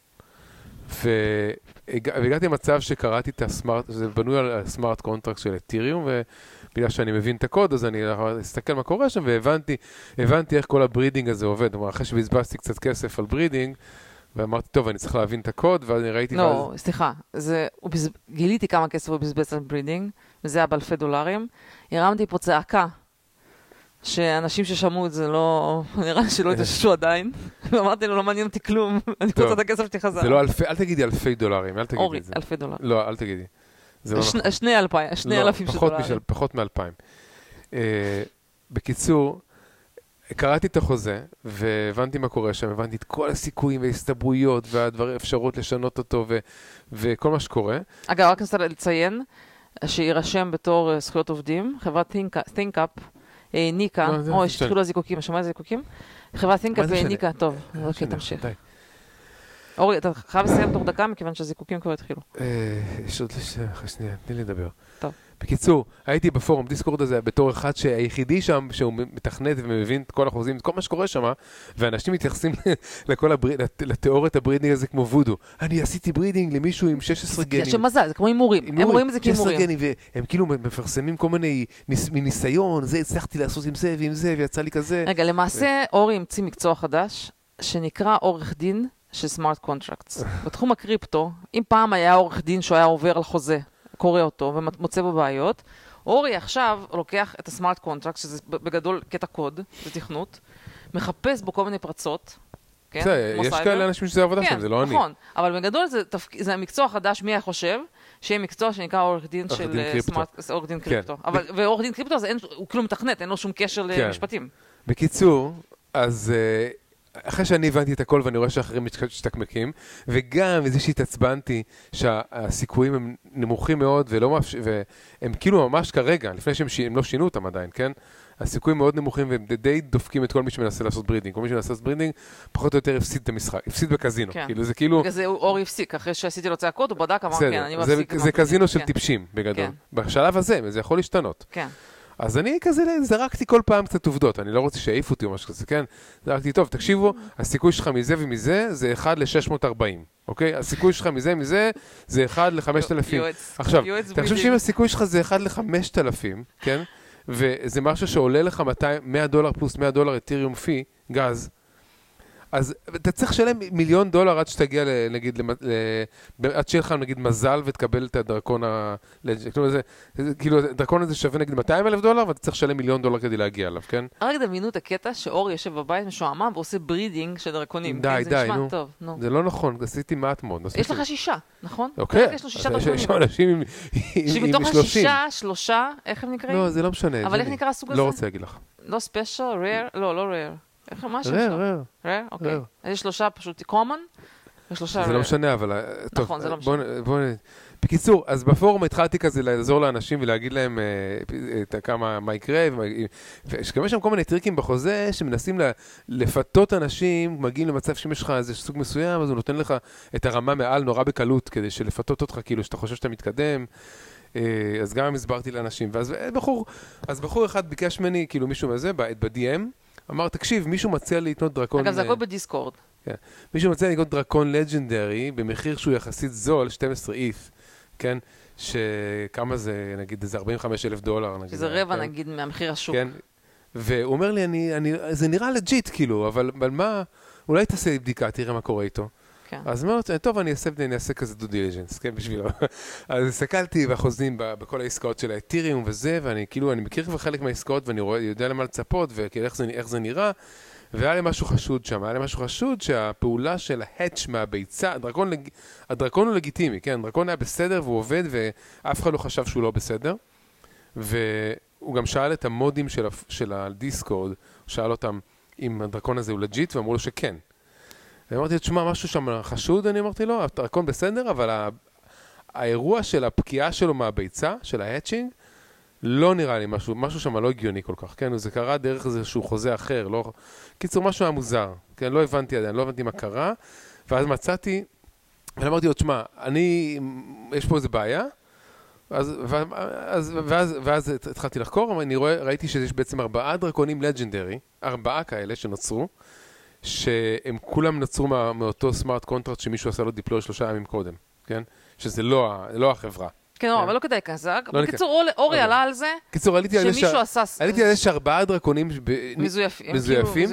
והגעתי למצב שקראתי את הסמארט, זה בנוי על הסמארט קונטרקט של אתיריום, ובגלל שאני מבין את הקוד, אז אני אסתכל מה קורה שם, והבנתי, הבנתי איך כל הברידינג הזה עובד. כלומר, אחרי שבזבזתי קצת כסף על ברידינג, ואמרתי, טוב, אני צריך להבין את הקוד, ואז אני ראיתי... לא, ואז... סליחה, זה, בז... גיליתי כמה כסף הוא בזבז על ברידינג, וזה היה באלפי דולרים. הרמתי פה צעקה, שאנשים ששמעו את זה לא... נראה שלא התאוששו עדיין. ואמרתי לו, לא מעניין אותי כלום, אני רוצה את הכסף שלי חזרה. זה לא אלפי, אל תגידי אלפי דולרים, אל תגידי אורי, את זה. אלפי דולרים. לא, אל תגידי. זה לא שני, נכון. שני אלפיים, שני לא, אלפים של פחות דולרים. משל, פחות מאלפיים. אה, בקיצור, קראתי את החוזה, והבנתי מה קורה שם, הבנתי את כל הסיכויים וההסתברויות, והאפשרות לשנות אותו, ו, וכל מה שקורה. אגב, רק נסתכל לציין, שירשם בתור זכויות עובדים, חברת ThinkUp, ניקה, או, יש תחילו הזיקוקים, שומע איזה זיקוקים? חברת ThinkUp, ניקה, טוב, אוקיי, תמשיך. אורי, אתה חייב לסיים תוך דקה, מכיוון שהזיקוקים כבר התחילו. יש עוד שנייה, תני לי לדבר. טוב. בקיצור, הייתי בפורום דיסקורד הזה בתור אחד שהיחידי שם, שהוא מתכנת ומבין את כל החוזים, את כל מה שקורה שם, ואנשים מתייחסים לכל הבריד, לתיאוריית הברידינג הזה כמו וודו. אני עשיתי ברידינג למישהו עם שש עשרה גנים. יש מזל, זה כמו הימורים. הם רואים את זה כהימורים. שש עשרה גנים, והם כאילו מפרסמים כל מיני ניסיון, זה הצלחתי לעשות עם זה ועם זה, ויצא לי כזה. רגע, למעשה, אורי המציא מקצוע חדש, שנקרא עורך דין של סמארט קונטרקטס. בתחום הקריפטו, אם פעם היה עורך דין שהוא היה עובר על חוזה, קורא אותו ומוצא בו בעיות, אורי עכשיו לוקח את הסמארט קונטרקט, שזה בגדול קטע קוד, זה תכנות, מחפש בו כל מיני פרצות, כן? יש כאלה אנשים שזה עבודה שם, זה לא אני. נכון, אבל בגדול זה המקצוע החדש, מי היה חושב, שיהיה מקצוע שנקרא עורך דין של עורך דין קריפטו. ועורך דין קריפטו, הוא כאילו מתכנת, אין לו שום קשר למשפטים. בקיצור, אז... אחרי שאני הבנתי את הכל ואני רואה שאחרים משתקמקים, וגם איזה שהתעצבנתי שהסיכויים הם נמוכים מאוד ולא מאפשר, והם כאילו ממש כרגע, לפני שהם לא שינו אותם עדיין, כן? הסיכויים מאוד נמוכים והם די דופקים את כל מי שמנסה לעשות ברידינג. כל מי שמנסה לעשות ברידינג פחות או יותר הפסיד את המשחק, הפסיד בקזינו. כאילו זה כאילו... בגלל זה אורי הפסיק, אחרי שעשיתי לו צעקות, הוא בדק, אמר כן, אני מפסיק. זה קזינו של טיפשים בגדול. בשלב הזה, זה יכול להשתנות. כן. אז אני כזה זרקתי כל פעם קצת עובדות, אני לא רוצה שיעיף אותי או משהו כזה, כן? זרקתי, טוב, תקשיבו, הסיכוי שלך מזה ומזה זה אחד ל-שש מאות וארבעים, אוקיי? הסיכוי שלך מזה ומזה זה אחד ל-חמשת אלפים. עכשיו, תחשוב שאם הסיכוי שלך זה אחד ל-חמשת אלפים, כן? וזה משהו שעולה לך מאתיים, מאה דולר פלוס מאה דולר אתריום פי, גז, אז אתה צריך לשלם מיליון דולר עד שתגיע, נגיד, עד שיהיה לך, נגיד, מזל ותקבל את הדרקון ה... כאילו, הדרקון הזה שווה, נגיד, מאתיים אלף דולר, ואתה צריך לשלם מיליון דולר כדי להגיע עליו, כן? רק דמיינו את הקטע שאור יושב בבית משועמם ועושה ברידינג של דרקונים. די, די, נו. זה לא נכון, עשיתי מעט מאוד. יש לך שישה, נכון? אוקיי. יש לו שישה דרקונים. יש אנשים עם שלושים. שמתוך השישה, שלושה, איך הם נקראים? לא, זה לא משנה. אבל איך נקרא הסוג הזה? לא רוצה להגיד לך. לא ספיישל, רייר? לא, לא רייר. איך, מה השם רר, שלו? רר. רר? אוקיי. יש שלושה פשוט קומון, ושלושה רר. זה לא משנה, אבל... נכון, זה לא משנה. בואו... בקיצור, אז בפורום התחלתי כזה לעזור לאנשים ולהגיד להם כמה, מה יקרה, וגם יש שם כל מיני טריקים בחוזה שמנסים לפתות אנשים, מגיעים למצב שאם יש לך איזה סוג מסוים, אז הוא נותן לך את הרמה מעל נורא בקלות, כדי שלפתות אותך, כאילו, שאתה חושב שאתה מתקדם. אז גם הסברתי לאנשים, ואז בחור, אז בחור אחד ביקש ממני, כאילו מישהו מזה, ב-די אם, אמר, תקשיב, מישהו מציע לי לקנות דרקון... אגב, זה הכל בדיסקורד. כן. מישהו מציע לי לקנות דרקון לג'נדרי, במחיר שהוא יחסית זול, שתים עשרה איף, כן? שכמה זה, נגיד, איזה ארבעים וחמישה אלף דולר, נגיד. שזה רבע, נגיד, מהמחיר השוק. כן. והוא אומר לי, אני, אני, זה נראה לג'יט, כאילו, אבל, אבל מה, אולי תעשה לי בדיקה, תראה מה קורה איתו. כן. אז אמרתי, טוב, אני אעשה, אני אעשה כזה דו דיליג'נס, כן, בשבילו. אז הסתכלתי בחוזים בכל העסקאות של האתיריום וזה, ואני כאילו, אני מכיר כבר חלק מהעסקאות, ואני רואה, יודע למה לצפות, ואיך זה, איך זה נראה, והיה לי משהו חשוד שם, היה לי משהו חשוד שהפעולה של ההץ' מהביצה, הדרקון, הדרקון הוא לגיטימי, כן, הדרקון היה בסדר והוא עובד, ואף אחד לא חשב שהוא לא בסדר, והוא גם שאל את המודים של, של הדיסקורד, הוא שאל אותם אם הדרקון הזה הוא לג'יט, ואמרו לו שכן. ואמרתי, תשמע, משהו שם חשוד, אני אמרתי לו, הדרקון בסדר, אבל הא... האירוע של הפקיעה שלו מהביצה, של ההצ'ינג, לא נראה לי משהו, משהו שם לא הגיוני כל כך, כן? זה קרה דרך איזשהו חוזה אחר, לא... קיצור, משהו היה מוזר, כן? לא הבנתי עדיין, לא הבנתי מה קרה, ואז מצאתי, ואמרתי לו, תשמע, אני, יש פה איזו בעיה, אז, ואז, ואז, ואז התחלתי לחקור, אני רואה, ראיתי שיש בעצם ארבעה דרקונים לג'נדרי, ארבעה כאלה שנוצרו, שהם כולם נוצרו מה, מאותו סמארט קונטרקט שמישהו עשה לו דיפלוי שלושה ימים קודם, כן? שזה לא, לא החברה. כן, אבל לא כדאי כזה. בקיצור, אורי עלה על זה, שמישהו עשה... עליתי על זה שארבעה דרקונים מזויפים,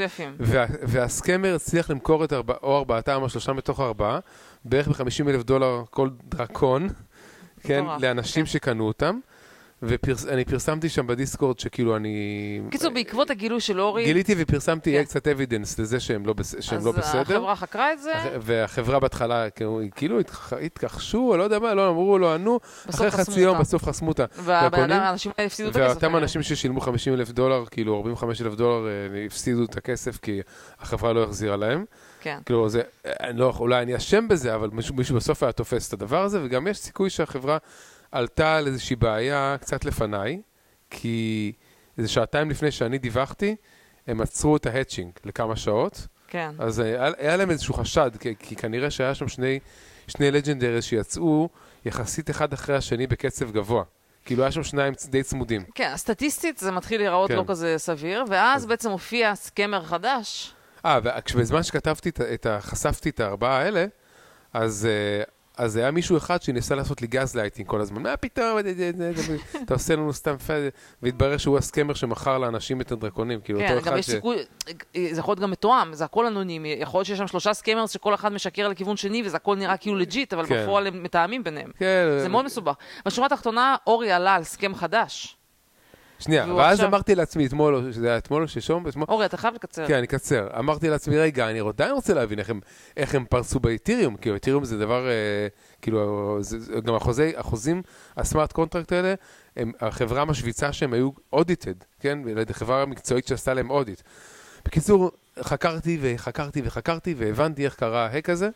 והסקמר הצליח למכור את או ארבעתם או שלושה מתוך ארבעה, בערך ב-חמישים אלף דולר כל דרקון, כן, לאנשים שקנו אותם, ואני פרסמתי שם בדיסקורד שכאילו אני... קיצור, בעקבות הגילוי של אורי... גיליתי ופרסמתי קצת אבידנס לזה שהם לא בסדר. אז החברה חקרה את זה? והחברה בהתחלה כאילו התכחשו, לא יודע מה, לא אמרו, לא ענו, אחרי חצי יום בסוף חסמו אותה. והאנשים האלה הפסידו את הכסף. ואותם אנשים ששילמו חמישים אלף דולר, כאילו ארבעים וחמישה אלף דולר, הפסידו את הכסף כי החברה לא החזירה להם. כן. כאילו זה, אולי אני אשם בזה, אבל מישהו בסוף היה תופס את הדבר הזה, וגם יש סיכוי שהחברה עלתה על איזושהי בעיה קצת לפניי, כי איזה שעתיים לפני שאני דיווחתי, הם עצרו את ההצ'ינג לכמה שעות. כן. אז היה, היה להם איזשהו חשד, כי, כי כנראה שהיה שם שני, שני לג'נדרס שיצאו יחסית אחד אחרי השני בקצב גבוה. כאילו היה שם שניים די צמודים. כן, סטטיסטית זה מתחיל להיראות כן. לא כזה סביר, ואז בעצם הופיע סקמר חדש. אה, ובזמן שכתבתי, את ה, חשפתי את הארבעה האלה, אז... אז היה מישהו אחד שניסה לעשות לי גז לייטינג כל הזמן. מה פתאום? אתה עושה לנו סתם פד... והתברר שהוא הסקמר שמכר לאנשים את הדרקונים. כן, גם יש סיכוי, זה יכול להיות גם מתואם, זה הכל אנונימי. יכול להיות שיש שם שלושה סקמרס שכל אחד משקר לכיוון שני, וזה הכל נראה כאילו לג'יט, אבל בפועל הם מתאמים ביניהם. זה מאוד מסובך. בשורה התחתונה, אורי עלה על סקם חדש. שנייה, ואז אמרתי לעצמי, אתמול, שזה היה אתמול או ששום, אורי, אתה חייב לקצר. כן, אני קצר. אמרתי לעצמי, רגע, אני עדיין רוצה להבין איך הם פרסו באתיריום, כי האתיריום זה דבר, כאילו, גם החוזים, הסמארט קונטרקט האלה, החברה משוויצה שהם היו אודיטד, כן? חברה מקצועית שעשתה להם אודיט. בקיצור, חקרתי וחקרתי וחקרתי, והבנתי איך קרה ההק הזה,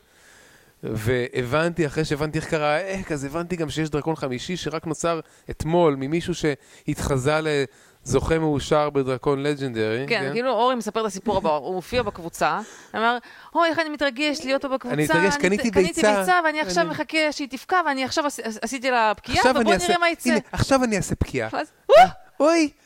והבנתי, אחרי שהבנתי איך קרה ההק, אז הבנתי גם שיש דרקון חמישי שרק נוצר אתמול ממישהו שהתחזה לזוכה מאושר בדרקון לג'נדרי. כן, כאילו אורי מספר את הסיפור הבא, הוא מופיע בקבוצה, אמר, אוי, איך אני מתרגש להיות פה בקבוצה, אני מתרגש, קניתי ביצה, קניתי ביצה, ואני עכשיו מחכה שהיא תפקע, ואני עכשיו עשיתי לה פקיעה, ובוא נראה מה יצא. עכשיו אני אעשה פקיעה. אוי,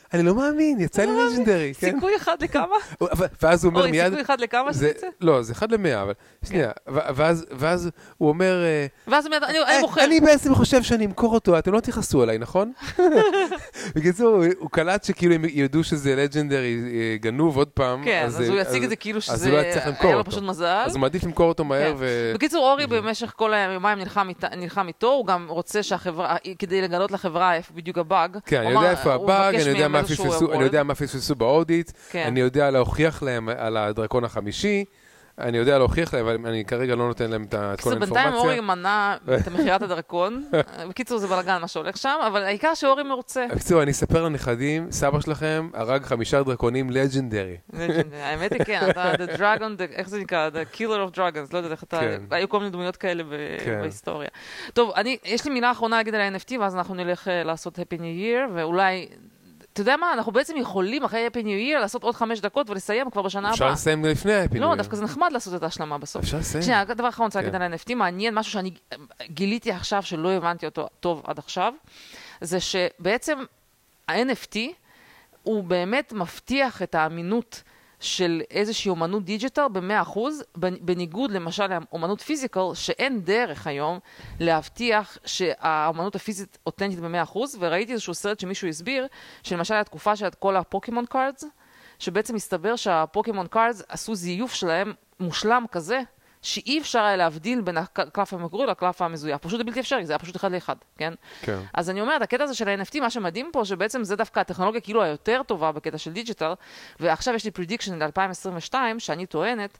אני לא מאמין, יצא לי לג'נדרי. סיכוי אחד לכמה? ואז הוא אומר אוי, מיד... סיכוי אחד לכמה שזה יצא? לא, זה אחד למאה, אבל שנייה. ואז הוא אומר... ואז הוא אומר, אני מוכר. אני בעצם חושב שאני אמכור אותו, אתם לא תכעסו עליי, נכון? בקיצור, הוא קלט שכאילו הם ידעו שזה לג'נדרי גנוב עוד פעם. כן, אז הוא יציג את זה כאילו שזה היה לו פשוט מזל. אז הוא מעדיף למכור אותו מהר ו... בקיצור, אורי במשך כל היומיים נלחם איתו, הוא גם רוצה שהחברה, כדי לגלות לחברה איפה בדיוק הבאג. כן, אני יודע איפה הבאג, אני יודע מה פספסו באודיט, אני יודע להוכיח להם על הדרקון החמישי, אני יודע להוכיח להם, אבל אני כרגע לא נותן להם את כל האינפורמציה. בינתיים אורי מנע את מחירת הדרקון, בקיצור זה בלגן מה שהולך שם, אבל העיקר שאורי מרוצה. בקיצור, אני אספר לנכדים, סבא שלכם הרג חמישה דרקונים לג'נדרי. האמת היא כן, אתה the dragon, איך זה נקרא, the killer of dragons, לא יודעת איך אתה, היו כל מיני דמויות כאלה בהיסטוריה. טוב, יש לי מילה אחרונה להגיד על ה-אן אף טי, ואז אנחנו נלך לעשות Happy New Year, ואולי... אתה יודע מה, אנחנו בעצם יכולים אחרי Happy New Year לעשות עוד חמש דקות ולסיים כבר בשנה הבאה. אפשר לסיים לפני Happy New Year. לא, דווקא זה נחמד לעשות את ההשלמה בסוף. אפשר לסיים. שנייה, דבר אחרון רוצה להגיד על ה-אן אף טי, מעניין, משהו שאני גיליתי עכשיו שלא הבנתי אותו טוב עד עכשיו, זה שבעצם ה-אן אף טי הוא באמת מבטיח את האמינות של איזושהי אומנות דיג'יטל ב-מאה אחוז, בניגוד למשל לאומנות פיזיקל, שאין דרך היום להבטיח שהאומנות הפיזית אותנטית ב-מאה אחוז, וראיתי איזשהו סרט שמישהו הסביר, שלמשל התקופה של כל הפוקימון קארדס, שבעצם מסתבר שהפוקימון קארדס עשו זיוף שלהם מושלם כזה, שאי אפשר היה להבדיל בין הקלף המקורי לקלף המזויף. פשוט זה בלתי אפשרי, זה היה פשוט אחד לאחד, כן? כן. אז אני אומרת, הקטע הזה של ה-אן אף טי, מה שמדהים פה, שבעצם זה דווקא הטכנולוגיה כאילו היותר טובה בקטע של דיג'יטל, ועכשיו יש לי prediction ל-אלפיים עשרים ושתיים, שאני טוענת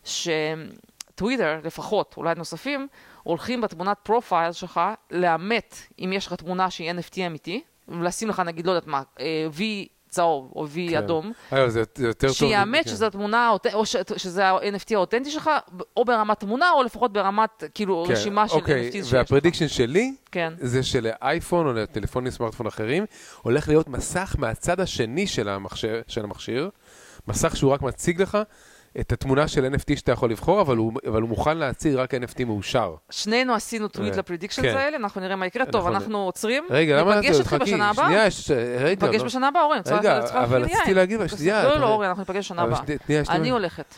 שטוויטר, לפחות, אולי נוספים, הולכים בתמונת פרופייל שלך לאמת, אם יש לך תמונה שהיא אן אף טי אמיתי, ולשים לך, נגיד, לא יודעת מה, V צהוב או V אדום, שיאמת שזו התמונה, או שזה ה-אן אף טי האותנטי שלך, או ברמת תמונה, או לפחות ברמת, כאילו, רשימה של אן אף טי שיש לך. והפרדיקשן שלי, זה שלאייפון או לטלפונים סמארטפון אחרים, הולך להיות מסך מהצד השני של המכשיר, מסך שהוא רק מציג לך, את התמונה של אן אף טי שאתה יכול לבחור, אבל הוא, אבל הוא מוכן להציג רק אן אף טי מאושר. שנינו עשינו טוויט לפרדיקשנס האלה, אנחנו נראה מה יקרה. טוב, אנחנו עוצרים. רגע, למה נפגש אותך בשנה הבאה? שנייה, רגע. נפגש בשנה הבאה, אורי. רגע, אבל רציתי להגיד, שנייה. לא, לא, אורי, אנחנו נפגש בשנה הבאה. אני הולכת.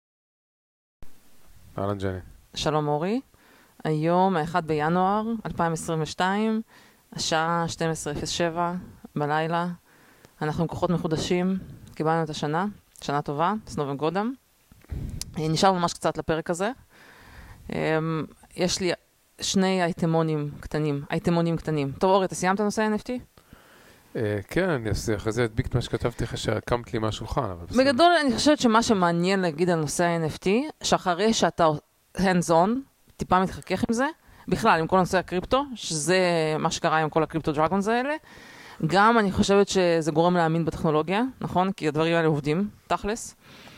אהלן ג'ני. שלום אורי. היום, ה-אחד בינואר אלפיים עשרים ושתיים, השעה שתים עשרה אפס שבע בלילה. אנחנו עם כוחות מחודשים. קיבלנו את השנה. שנה טובה, סנוב וגודם. נשאר ממש קצת לפרק הזה. יש לי שני אייטמונים קטנים, אייטמונים קטנים. טוב, אורי, אתה סיימת נושא אן אף טי? כן, אני אעשה אחרי זה הדביק את מה שכתבתי לך שהקמת לי מהשולחן. בגדול, אני חושבת שמה שמעניין להגיד על נושא ה-אן אף טי, שאחרי שאתה hands on, טיפה מתחכך עם זה, בכלל, עם כל נושא הקריפטו, שזה מה שקרה עם כל הקריפטו דרגונס האלה, גם אני חושבת שזה גורם להאמין בטכנולוגיה, נכון? כי הדברים האלה עובדים, תכלס.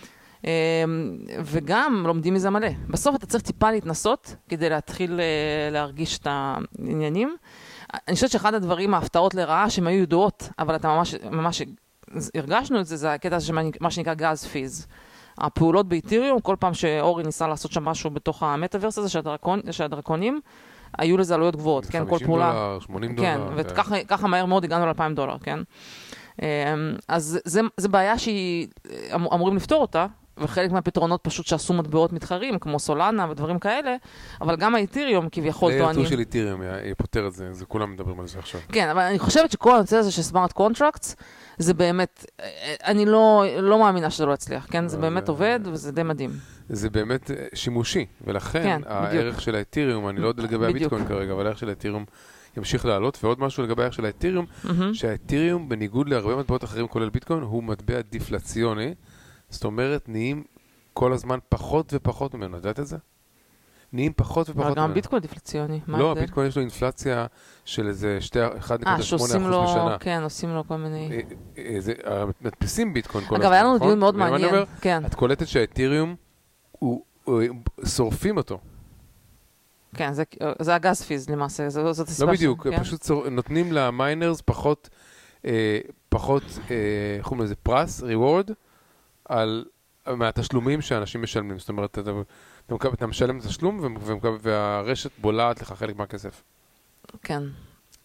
וגם לומדים מזה מלא. בסוף אתה צריך טיפה להתנסות כדי להתחיל להרגיש את העניינים. אני חושבת שאחד הדברים, ההפתעות לרעה, שהן היו ידועות, אבל אתה ממש, ממש הרגשנו את זה, זה הקטע הזה, מה שנקרא גז פיז. הפעולות באתריום, כל פעם שאורי ניסה לעשות שם משהו בתוך המטאברס הזה, של הדרקונים, היו לזה עלויות גבוהות, כן, כל פעולה. חמישים דולר, שמונים דולר. כן, וככה מהר מאוד הגענו ל-אלפיים דולר, כן. אז זה בעיה שהיא, אמורים לפתור אותה, וחלק מהפתרונות פשוט שעשו מטבעות מתחרים, כמו סולנה ודברים כאלה, אבל גם האתריום כביכול טוענים. לאיירטור של אתריום, היא פותר את זה, זה כולם מדברים על זה עכשיו. כן, אבל אני חושבת שכל הנושא הזה של סמארט קונטרקטס, זה באמת, אני לא, לא מאמינה שזה לא יצליח, כן? זה באמת עובד, וזה די מדהים. זה באמת שימושי, ולכן הערך של האתריום, אני לא יודע לגבי הביטקוין כרגע, אבל הערך של האתריום ימשיך לעלות, ועוד משהו לגבי הערך של האתריום, שהאתריום, בניגוד להרבה מטבעות אחרים, כולל ביטקוין, הוא מטבע דיפלציוני, זאת אומרת, נהיים כל הזמן פחות ופחות ממנו, יודעת את זה? נהיים פחות ופחות ממנו. אבל גם ביטקוין דיפלציוני. לא, ביטקוין יש לו אינפלציה של איזה אחד נקודה שמונה אחוז בשנה. כן, עושים לו כל מיני... מדפיסים ביטקוין כל הזמן. אגב, היה לנו דיון מאוד מעניין. את קולטת שהאתריום, שורפים אותו. כן, זה הגז פיז למעשה, זאת הסיבה. לא בדיוק, פשוט נותנים למיינרס פחות, פחות, איך אומרים לזה, פרס, ריוורד, על מהתשלומים שאנשים משלמים. זאת אומרת, אתה, אתה, אתה משלם את התשלום והרשת בולעת לך חלק מהכסף. כן.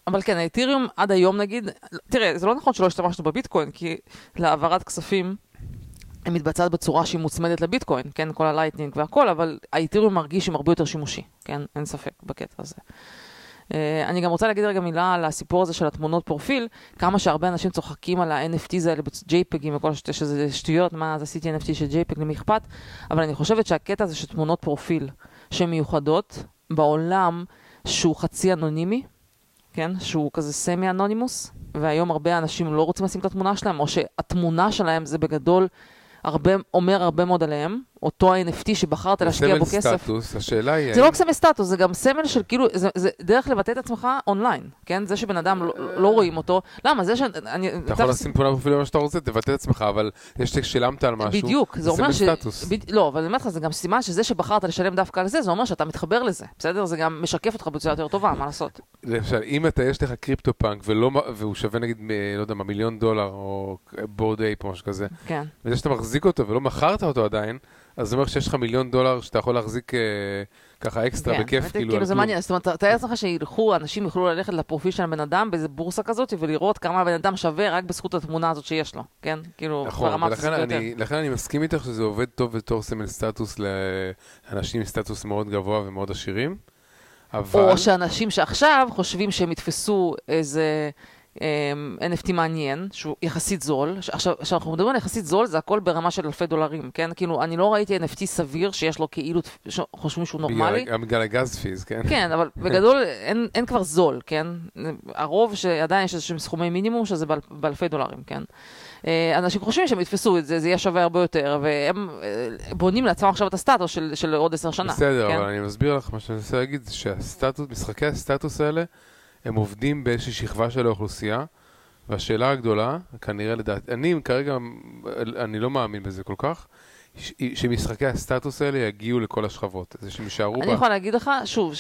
אבל כן, האתיריום עד היום נגיד, תראה, זה לא נכון שלא השתמשנו בביטקוין, כי להעברת כספים היא מתבצעת בצורה שהיא מוצמדת לביטקוין, כן, כל הלייטנינג והכל, אבל האתיריום מרגיש עם הרבה יותר שימושי, כן, אין ספק בקטע הזה. Uh, אני גם רוצה להגיד רגע מילה על הסיפור הזה של התמונות פרופיל, כמה שהרבה אנשים צוחקים על ה-אן אף טיז האלה, ג'יי-פגים וכל השטויות, שזה שטויות, מה, אז עשיתי אן אף טי של ג'יי-פג, למי אכפת, אבל אני חושבת שהקטע הזה של תמונות פרופיל שהן מיוחדות בעולם שהוא חצי אנונימי, כן, שהוא כזה סמי אנונימוס, והיום הרבה אנשים לא רוצים לשים את התמונה שלהם, או שהתמונה שלהם זה בגדול הרבה, אומר הרבה מאוד עליהם, אותו ה-אן אף טי שבחרת להשקיע בו כסף. סמל סטטוס, השאלה היא... זה לא רק סמל סטטוס, זה גם סמל של כאילו, זה, זה דרך לבטא את עצמך אונליין, כן? זה שבן אדם לא, לא רואים אותו. למה? זה ש... אני, אתה יכול לשים תמונה פרופיל במה שאתה רוצה, תבטא את עצמך, אבל יש ששילמת על משהו. בדיוק, זה אומר ש... סטטוס. ב... לא, אבל אני אומרת לך, זה גם סימן שזה שבחרת לשלם דווקא על זה, זה אומר שאתה מתחבר לזה, בסדר? זה גם משקף אותך בצורה יותר טובה, מה לעשות? למשל, אם אתה, יש לך קריפטו פאנק, ולא, והוא שווה נגיד, לא יודע מה, מיליון דולר, או בורד אייפ או משהו כזה, כן. וזה שאתה מחזיק אותו ולא מכרת אותו עדיין, אז זה אומר שיש לך מיליון דולר שאתה יכול להחזיק ככה אקסטרה בכיף, כאילו. כאילו זה מעניין, זאת אומרת, תאר לך שילכו, אנשים יוכלו ללכת לפרופיל של הבן אדם באיזה בורסה כזאת, ולראות כמה הבן אדם שווה רק בזכות התמונה הזאת שיש לו, כן? כאילו, נכון, ולכן אני מסכים איתך שזה עובד טוב בתור סמל סטטוס לאנשים עם סטטוס מאוד גבוה ומאוד עשירים, אבל... או שאנשים שעכשיו חושבים שהם יתפסו איזה... אן אף טי מעניין, שהוא יחסית זול. עכשיו, כשאנחנו מדברים על יחסית זול, זה הכל ברמה של אלפי דולרים, כן? כאילו, אני לא ראיתי אן אף טי סביר שיש לו כאילו, חושבים שהוא נורמלי. בגלל הגז פיז, כן? כן, אבל בגדול אין, אין כבר זול, כן? הרוב שעדיין יש איזשהם סכומי מינימום, שזה באלפי דולרים, כן? אנשים חושבים שהם יתפסו את זה, זה יהיה שווה הרבה יותר, והם בונים לעצמם עכשיו את הסטטוס של, של עוד עשר שנה. בסדר, כן? אבל אני מסביר לך מה שאני רוצה להגיד, שהסטטוס, משחקי הסטטוס האלה, הם עובדים באיזושהי שכבה של האוכלוסייה, והשאלה הגדולה, כנראה לדעת, אני כרגע, אני לא מאמין בזה כל כך, שמשחקי הסטטוס האלה יגיעו לכל השכבות, זה שהם יישארו בה. אני יכולה להגיד לך, שוב,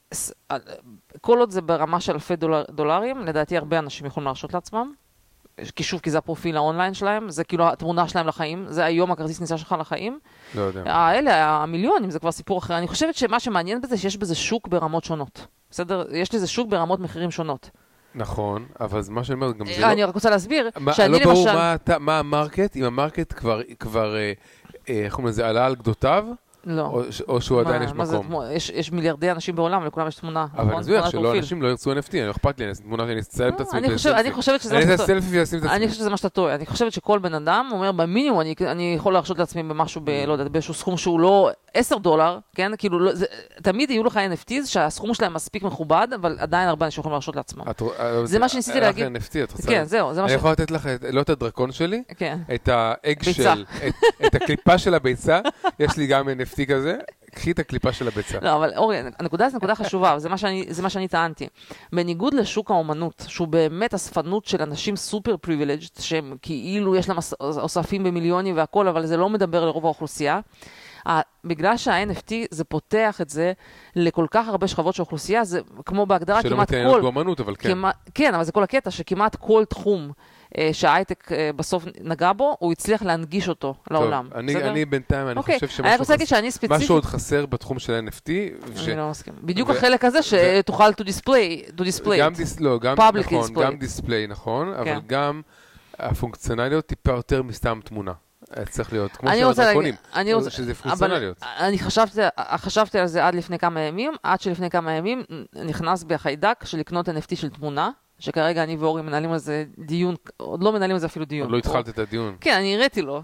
שכל עוד זה ברמה של אלפי דולר, דולרים, לדעתי הרבה אנשים יכולים להרשות לעצמם, כי שוב, כי זה הפרופיל האונליין שלהם, זה כאילו התמונה שלהם לחיים, זה היום הכרטיס כניסה שלך לחיים. לא יודע. האלה, המיליונים, זה כבר סיפור אחר. אני חושבת שמה שמעניין בזה, שיש בזה שוק ברמות שונות. בסדר? יש לזה שוק ברמות מחירים שונות. נכון, אבל מה שאני אומר, גם זה לא... אני רק רוצה להסביר, שאני למשל... לא ברור מה המרקט, אם המרקט כבר, איך אומרים לזה, עלה על גדותיו, לא. או שהוא עדיין יש מקום. יש מיליארדי אנשים בעולם, ולכולם יש תמונה. אבל אני חושב שלא אנשים לא ירצו אן אף טי, אני לא אכפת לי, אני תמונה שאני אצלם את עצמי. אני חושבת שזה מה שאתה טועה. אני חושבת שכל בן אדם אומר, במינימום אני יכול להרשות לעצמי במשהו, לא יודעת, באיזשהו סכום שהוא לא עשר דולר, כן? כאילו, תמיד יהיו לך אן אף טיז שהסכום שלהם מספיק מכובד, אבל עדיין הרבה אנשים יכולים להרשות לעצמם. זה מה שניסיתי להגיד. כן, זהו. אני יכול לתת לך, לא את הדרקון שלי, את האג של, את הקליפה של הביצה, יש לי גם אן אף טי כזה. קחי את הקליפה של הביצה. לא, אבל אורי, הנקודה זו נקודה חשובה, וזה מה שאני, זה מה שאני טענתי. בניגוד לשוק האומנות, שהוא באמת הספנות של אנשים סופר פריבילג'ד, שהם כאילו יש להם אוספים במיליונים והכל, אבל זה לא מדבר לרוב האוכלוסייה. בגלל שה-אן אף טי זה פותח את זה לכל כך הרבה שכבות של אוכלוסייה, זה כמו בהגדרה כמעט כל... שלא מתעניינת באומנות, אבל כן. כמעט, כן, אבל זה כל הקטע, שכמעט כל תחום שההייטק בסוף נגע בו, הוא הצליח להנגיש אותו לעולם. אני, אני בינתיים, אני אוקיי. חושב אני רוצה להגיד שאני ספציפית... משהו עוד חסר בתחום של אן אף טי. ש... אני לא מסכים. בדיוק ו... החלק הזה שתוכל to display, to display גם דיס... לא, גם, נכון, display. גם דיספליי, נכון, כן. אבל גם הפונקציונליות טיפה יותר מסתם תמונה. צריך להיות, כמו של הדרקונים, רוצה... שזה פונקציונליות. אני חשבתי, חשבתי על זה עד לפני כמה ימים, עד שלפני כמה ימים נכנס בחיידק של לקנות אן אף טי של תמונה, שכרגע אני ואורי מנהלים על זה דיון, עוד לא מנהלים על זה אפילו דיון. עוד לא התחלת את הדיון. כן, אני הראיתי לו.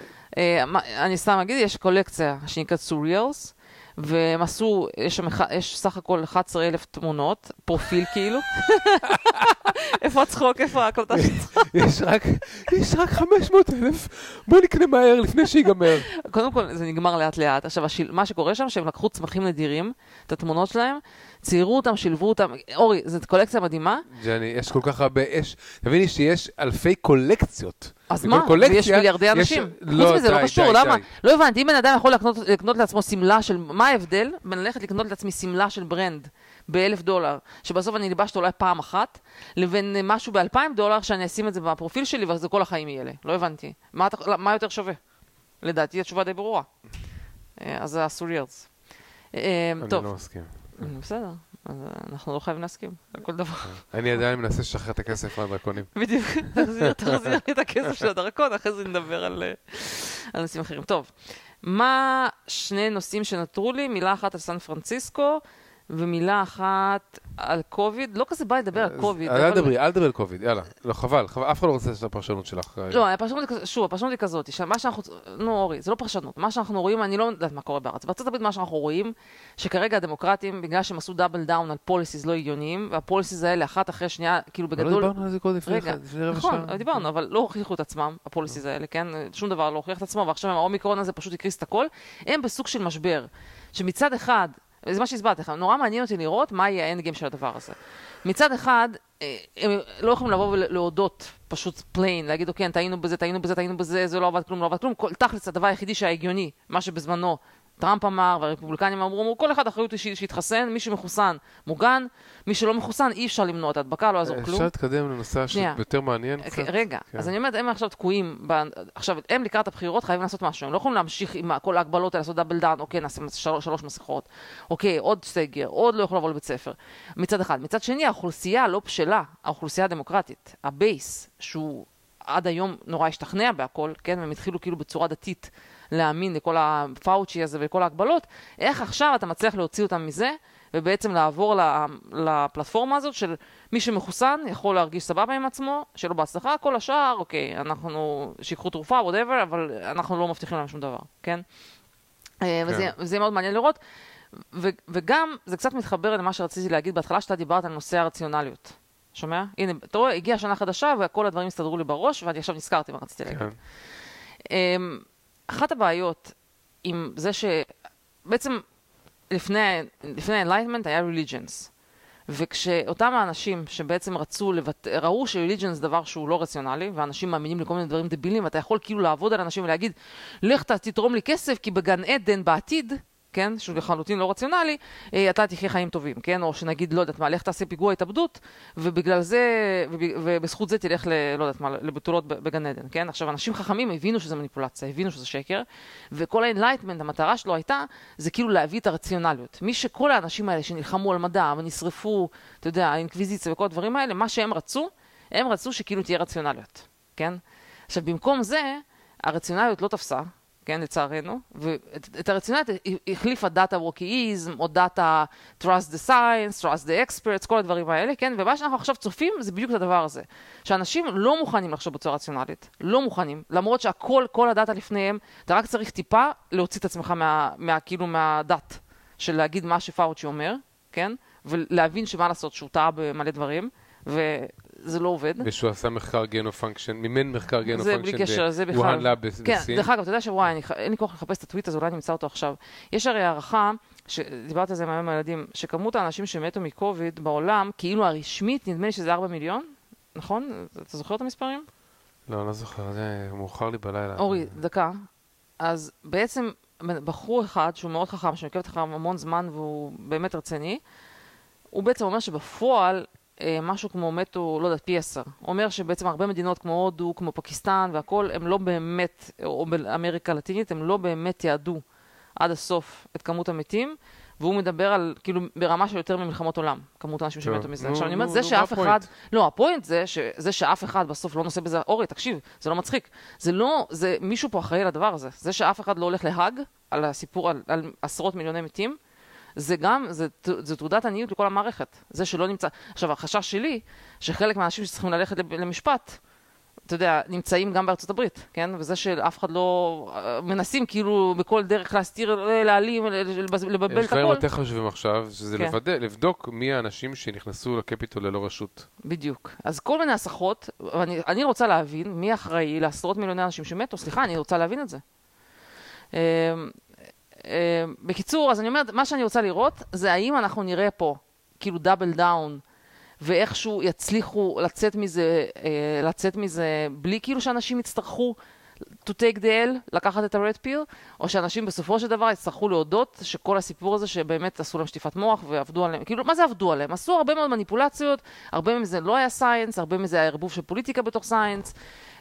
אני סתם אגיד, יש קולקציה שנקראת סוריאלס, והם עשו, יש, יש סך הכל אחת עשרה אלף תמונות, פרופיל כאילו. איפה הצחוק, איפה ההקלטה שצחוק? יש רק, יש רק חמש מאות אלף, בוא נקנה מהר לפני שיגמר. קודם כל, זה נגמר לאט לאט. עכשיו, השיל, מה שקורה שם, שהם לקחו צמחים נדירים, את התמונות שלהם, ציירו אותם, שילבו אותם. אורי, זו קולקציה מדהימה. ג'ני, יש כל כך הרבה, יש, תביני שיש אלפי קולקציות. אז מה? ויש מיליארדי אנשים. חוץ מזה, לא קשור, למה? לא הבנתי, אם בן אדם יכול לקנות לעצמו סמלה של, מה ההבדל? בין ללכת לקנות לעצמי סמלה של ברנד באלף דולר, שבסוף אני לבשת אולי פעם אחת, לבין משהו באלפיים דולר, שאני אשים את זה בפרופיל שלי, וזה כל החיים יהיה לי. לא הבנתי. מה, מה יותר שווה? לדעתי, התשובה די ברורה. אז זה הסוריאלס. אני לא מסכים. בסדר. אז אנחנו לא חייבים להסכים על כל דבר. אני עדיין מנסה לשחרר את הכסף מהדרקונים. בדיוק, תחזיר, תחזיר את הכסף של הדרקון, אחרי זה נדבר על נושאים אחרים. טוב, מה שני נושאים שנותרו לי? מילה אחת על סן פרנסיסקו, ומילה אחת על קוביד. לא כזה בא לדבר על קוביד. אל תדברי, אל תדבר על קוביד, יאללה. לא, חבל, אף אחד לא רוצה את הפרשנות שלך. לא, הפרשנות, שוב, הפרשנות היא כזאת, מה שאנחנו, נו אורי, זה לא פרשנות, מה שאנחנו רואים, אני לא יודעת מה קורה בארץ. בארצות הברית מה שאנחנו רואים, שכרגע הדמוקרטים, בגלל שהם עשו דאבל דאון על פוליסיז לא הגיוניים, והפוליסיז האלה אחת אחרי שנייה, כאילו בגדול... לא דיברנו על זה קודם לפני רבע שעה. נכון, דיברנו, אבל לא הוכיחו את עצמם, הפוליסיז האלה, כן? שום דבר לא הוכיח את עצמו, ועכשיו האומיקרון הזה פשוט יקריס את הכל. הם בסוג של משבר, שמצד אחד זה מה שהסברתי לך, נורא מעניין אותי לראות מה יהיה האנד גיים של הדבר הזה. מצד אחד, הם לא יכולים לבוא ולהודות פשוט פליין, להגיד, אוקיי, טעינו בזה, טעינו בזה, טעינו בזה, זה לא עבד כלום, לא עבד כלום. תכלס, הדבר היחידי שההגיוני, מה שבזמנו טראמפ אמר והרפובליקנים אמרו, כל אחד אחריות שיתחסן, מי שמחוסן מוגן, מי שלא מחוסן אי אפשר למנוע את ההדבקה, לא יעזור כלום. אפשר להתקדם לנושא שיותר מעניין קצת? רגע, אז אני אומרת, הם עכשיו תקועים, עכשיו, הם לקראת הבחירות חייבים לעשות משהו, הם לא יכולים להמשיך עם כל ההגבלות האלה, לעשות דאבל דאון, אוקיי, נעשה שלוש מסכות, אוקיי, עוד סגר, עוד לא יכול לבוא לבית ספר. מצד אחד. מצד שני, האוכלוסייה לא בשלה, האוכלוסייה הדמוקרטית, הבייס, שהוא עד היום נורא השתכנע בהכל, כן, והם התחילו כאילו בצורה דתית להאמין לכל הפאוצ'י הזה וכל ההגבלות, איך עכשיו אתה מצליח להוציא אותם מזה, ובעצם לעבור לפלטפורמה הזאת של מי שמחוסן יכול להרגיש סבבה עם עצמו, שלא בהצלחה, כל השאר, אוקיי, אנחנו שיקחו תרופה, whatever, אבל אנחנו לא מבטיחים להם שום דבר, כן? וזה, וזה מאוד מעניין לראות, ו, וגם זה קצת מתחבר למה שרציתי להגיד בהתחלה, שאתה דיברת על נושא הרציונליות. שומע? הנה, אתה רואה, הגיעה שנה חדשה, וכל הדברים הסתדרו לי בראש, ואני עכשיו נזכרתי מה רציתי להגיד. אחת הבעיות עם זה שבעצם לפני, לפני ה-Enlightenment היה religions, וכשאותם האנשים שבעצם רצו, לבט... ראו ש-religion זה דבר שהוא לא רציונלי, ואנשים מאמינים לכל מיני דברים דבילים, ואתה יכול כאילו לעבוד על אנשים ולהגיד, לך תתרום לי כסף, כי בגן עדן בעתיד, כן, שהוא לחלוטין לא רציונלי, אתה תחיה חיים טובים, כן, או שנגיד, לא יודעת מה, לך תעשה פיגוע התאבדות, ובגלל זה, ובזכות זה תלך, ל, לא יודעת מה, לבתולות בגן עדן, כן? עכשיו, אנשים חכמים הבינו שזה מניפולציה, הבינו שזה שקר, וכל ה-Enlightenment, המטרה שלו הייתה, זה כאילו להביא את הרציונליות. מי שכל האנשים האלה שנלחמו על מדע, ונשרפו, אתה יודע, האינקוויזיציה וכל הדברים האלה, מה שהם רצו, הם רצו שכאילו תהיה רציונליות, כן? עכשיו, במקום זה, הרציונליות לא תפסה, כן, לצערנו, ואת הרציונליות החליפה דאטה ווקיזם, או דאטה trust the science, trust the experts, כל הדברים האלה, כן, ומה שאנחנו עכשיו צופים זה בדיוק את הדבר הזה, שאנשים לא מוכנים לחשוב בצורה רציונלית, לא מוכנים, למרות שהכל, כל הדאטה לפניהם, אתה רק צריך טיפה להוציא את עצמך מה, מה, כאילו מהדת, של להגיד מה שפאוצ'י אומר, כן, ולהבין שמה לעשות, שהוא טעה במלא דברים, וזה לא עובד. ושהוא עשה מחקר גנופונקשן, מימן מחקר גנופונקשן. זה בלי קשר, זה בכלל. ווהאן לאב בסין. כן, דרך אגב, אתה יודע שוואי, אין לי כוח לחפש את הטוויט הזה, אולי אני אמצא אותו עכשיו. יש הרי הערכה, שדיברתי על זה מהיום הילדים, שכמות האנשים שמתו מקוביד בעולם, כאילו הרשמית, נדמה לי שזה ארבעה מיליון, נכון? אתה זוכר את המספרים? לא, אני לא זוכר, זה מאוחר לי בלילה. אורי, דקה. אז בעצם בחור אחד, שהוא מאוד חכם, שמקב אותך המון זמן והוא באמת רציני, הוא בעצם אומר שבפועל משהו כמו מתו, לא יודעת, פי עשר. הוא אומר שבעצם הרבה מדינות כמו הודו, כמו פקיסטן והכל, הם לא באמת, או באמריקה הלטינית, הם לא באמת יעדו עד הסוף את כמות המתים, והוא מדבר על, כאילו, ברמה של יותר ממלחמות עולם, כמות האנשים שמתו מזה. עכשיו אני אומרת, זה שאף אחד, לא, הפוינט זה, שזה שאף אחד בסוף לא נושא בזה, אורי, תקשיב, זה לא מצחיק. זה לא, זה, מישהו פה אחראי לדבר הזה. זה שאף אחד לא הולך להג על הסיפור, על, על עשרות מיליוני מתים, זה גם, זה, זה תעודת עניות לכל המערכת. זה שלא נמצא. עכשיו, החשש שלי, שחלק מהאנשים שצריכים ללכת למשפט, אתה יודע, נמצאים גם בארצות הברית, כן? וזה שאף אחד לא מנסים כאילו בכל דרך להסתיר, להעלים, לבלבל את הכל. יש דברים יותר חשובים עכשיו, שזה כן. לוודא, לבדוק מי האנשים שנכנסו לקפיטול ללא רשות. בדיוק. אז כל מיני הסחות, ואני אני רוצה להבין מי אחראי לעשרות מיליוני אנשים שמתו. סליחה, אני רוצה להבין את זה. Uh, בקיצור, אז אני אומרת, מה שאני רוצה לראות, זה האם אנחנו נראה פה, כאילו דאבל דאון, ואיכשהו יצליחו לצאת מזה, uh, לצאת מזה, בלי כאילו שאנשים יצטרכו to take the L, לקחת את ה-red pill, או שאנשים בסופו של דבר יצטרכו להודות שכל הסיפור הזה שבאמת עשו להם שטיפת מוח ועבדו עליהם, כאילו, מה זה עבדו עליהם? עשו הרבה מאוד מניפולציות, הרבה מזה לא היה סייאנס, הרבה מזה היה ערבוב של פוליטיקה בתוך סייאנס,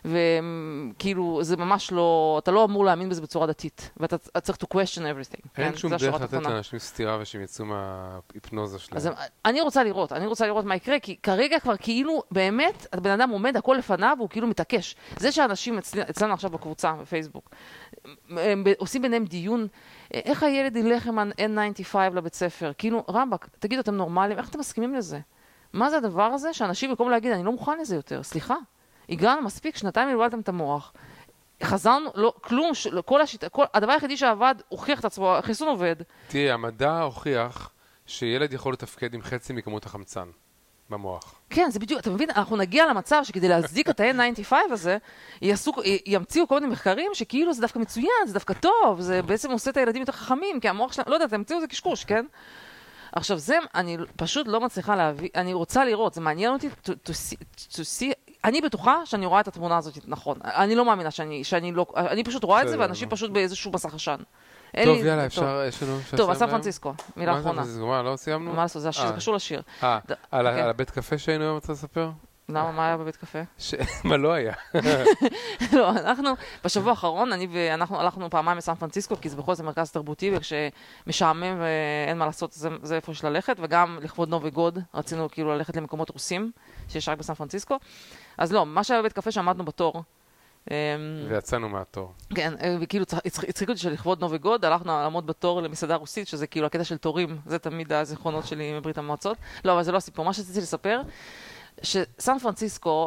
וכאילו, זה ממש לא, אתה לא אמור להאמין בזה בצורה דתית, ואתה צריך to question everything. אין שום דרך לתת לאנשים סתירה ושהם יצאו מההיפנוזה שלהם. אז אני רוצה לראות, אני רוצה לראות מה יקרה, כי כרגע כבר כאילו, באמת, הבן אדם עומד, הכל לפניו, והוא כאילו מתעקש. זה שאנשים אצלנו עכשיו בקבוצה, בפייסבוק, עושים ביניהם דיון, איך הילד ילך עם ה-אן תשעים וחמש לבית ספר? כאילו, רמב"ק, תגידו, אתם נורמליים? איך אתם מסכימים לזה? מה זה הדבר הזה שאנשים במקום להגיד, אני לא מוכן לזה יותר, סליחה. הגענו מספיק, שנתיים הלבלתם את המוח. חזרנו, לא, כלום, ש, כל השיטה, כל, הדבר היחידי שעבד, הוכיח את עצמו, החיסון עובד. תראה, המדע הוכיח שילד יכול לתפקד עם חצי מכמות החמצן במוח. כן, זה בדיוק, אתה מבין, אנחנו נגיע למצב שכדי להצדיק את ה-אן תשעים וחמש הזה, יעשו, ימציאו כל מיני מחקרים שכאילו זה דווקא מצוין, זה דווקא טוב, זה בעצם עושה את הילדים יותר חכמים, כי המוח שלהם, לא יודעת, המציאו זה קשקוש, כן? עכשיו זה, אני פשוט לא מצליחה להביא, אני רוצה לראות, זה מעניין אותי to, to see, to see, אני בטוחה שאני רואה את התמונה הזאת נכון. אני לא מאמינה שאני, שאני לא, אני פשוט רואה את זה, ואנשים פשוט באיזשהו מסך עשן. טוב, יאללה, אפשר, יש לנו... טוב, הסן פרנסיסקו, מילה אחרונה. מה סן פרנסיסקו? מה, לא סיימנו? מה לעשות, זה קשור לשיר. אה, על הבית קפה שהיינו היום רוצה לספר? למה, מה היה בבית קפה? מה לא היה? לא, אנחנו, בשבוע האחרון, אני ואנחנו הלכנו פעמיים לסן פרנסיסקו, כי זה בכל זאת מרכז תרבותי, וכשמשעמם ואין מה לעשות, זה איפה יש ללכת, וגם לכבוד נובי גוד, רצינו כאילו ללכת למקומות רוסים, שיש רק בסן פרנסיסקו. אז לא, מה שהיה בבית קפה שעמדנו בתור. ויצאנו מהתור. כן, וכאילו הצחיקו אותי שלכבוד נובי גוד, הלכנו לעמוד בתור למסעדה רוסית, שזה כאילו הקטע של תורים, זה תמיד הזיכרונות שלי מברית המועצות. לא, אבל זה לא הסיפור. מה שרציתי לספר, שסן פרנסיסקו,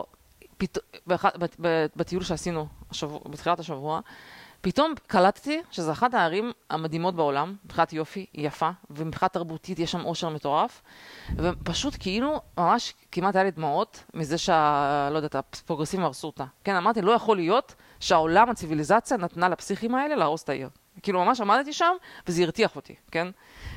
בטיול שעשינו בתחילת השבוע, פתאום קלטתי שזה אחת הערים המדהימות בעולם, מבחינת יופי, היא יפה, ומבחינת תרבותית יש שם עושר מטורף, ופשוט כאילו, ממש כמעט היה לי דמעות מזה שה... לא יודעת, הפרוגרסיבים הרסו אותה. כן, אמרתי, לא יכול להיות שהעולם, הציביליזציה, נתנה לפסיכים האלה להרוס את העיר. כאילו, ממש עמדתי שם, וזה הרתיח אותי, כן?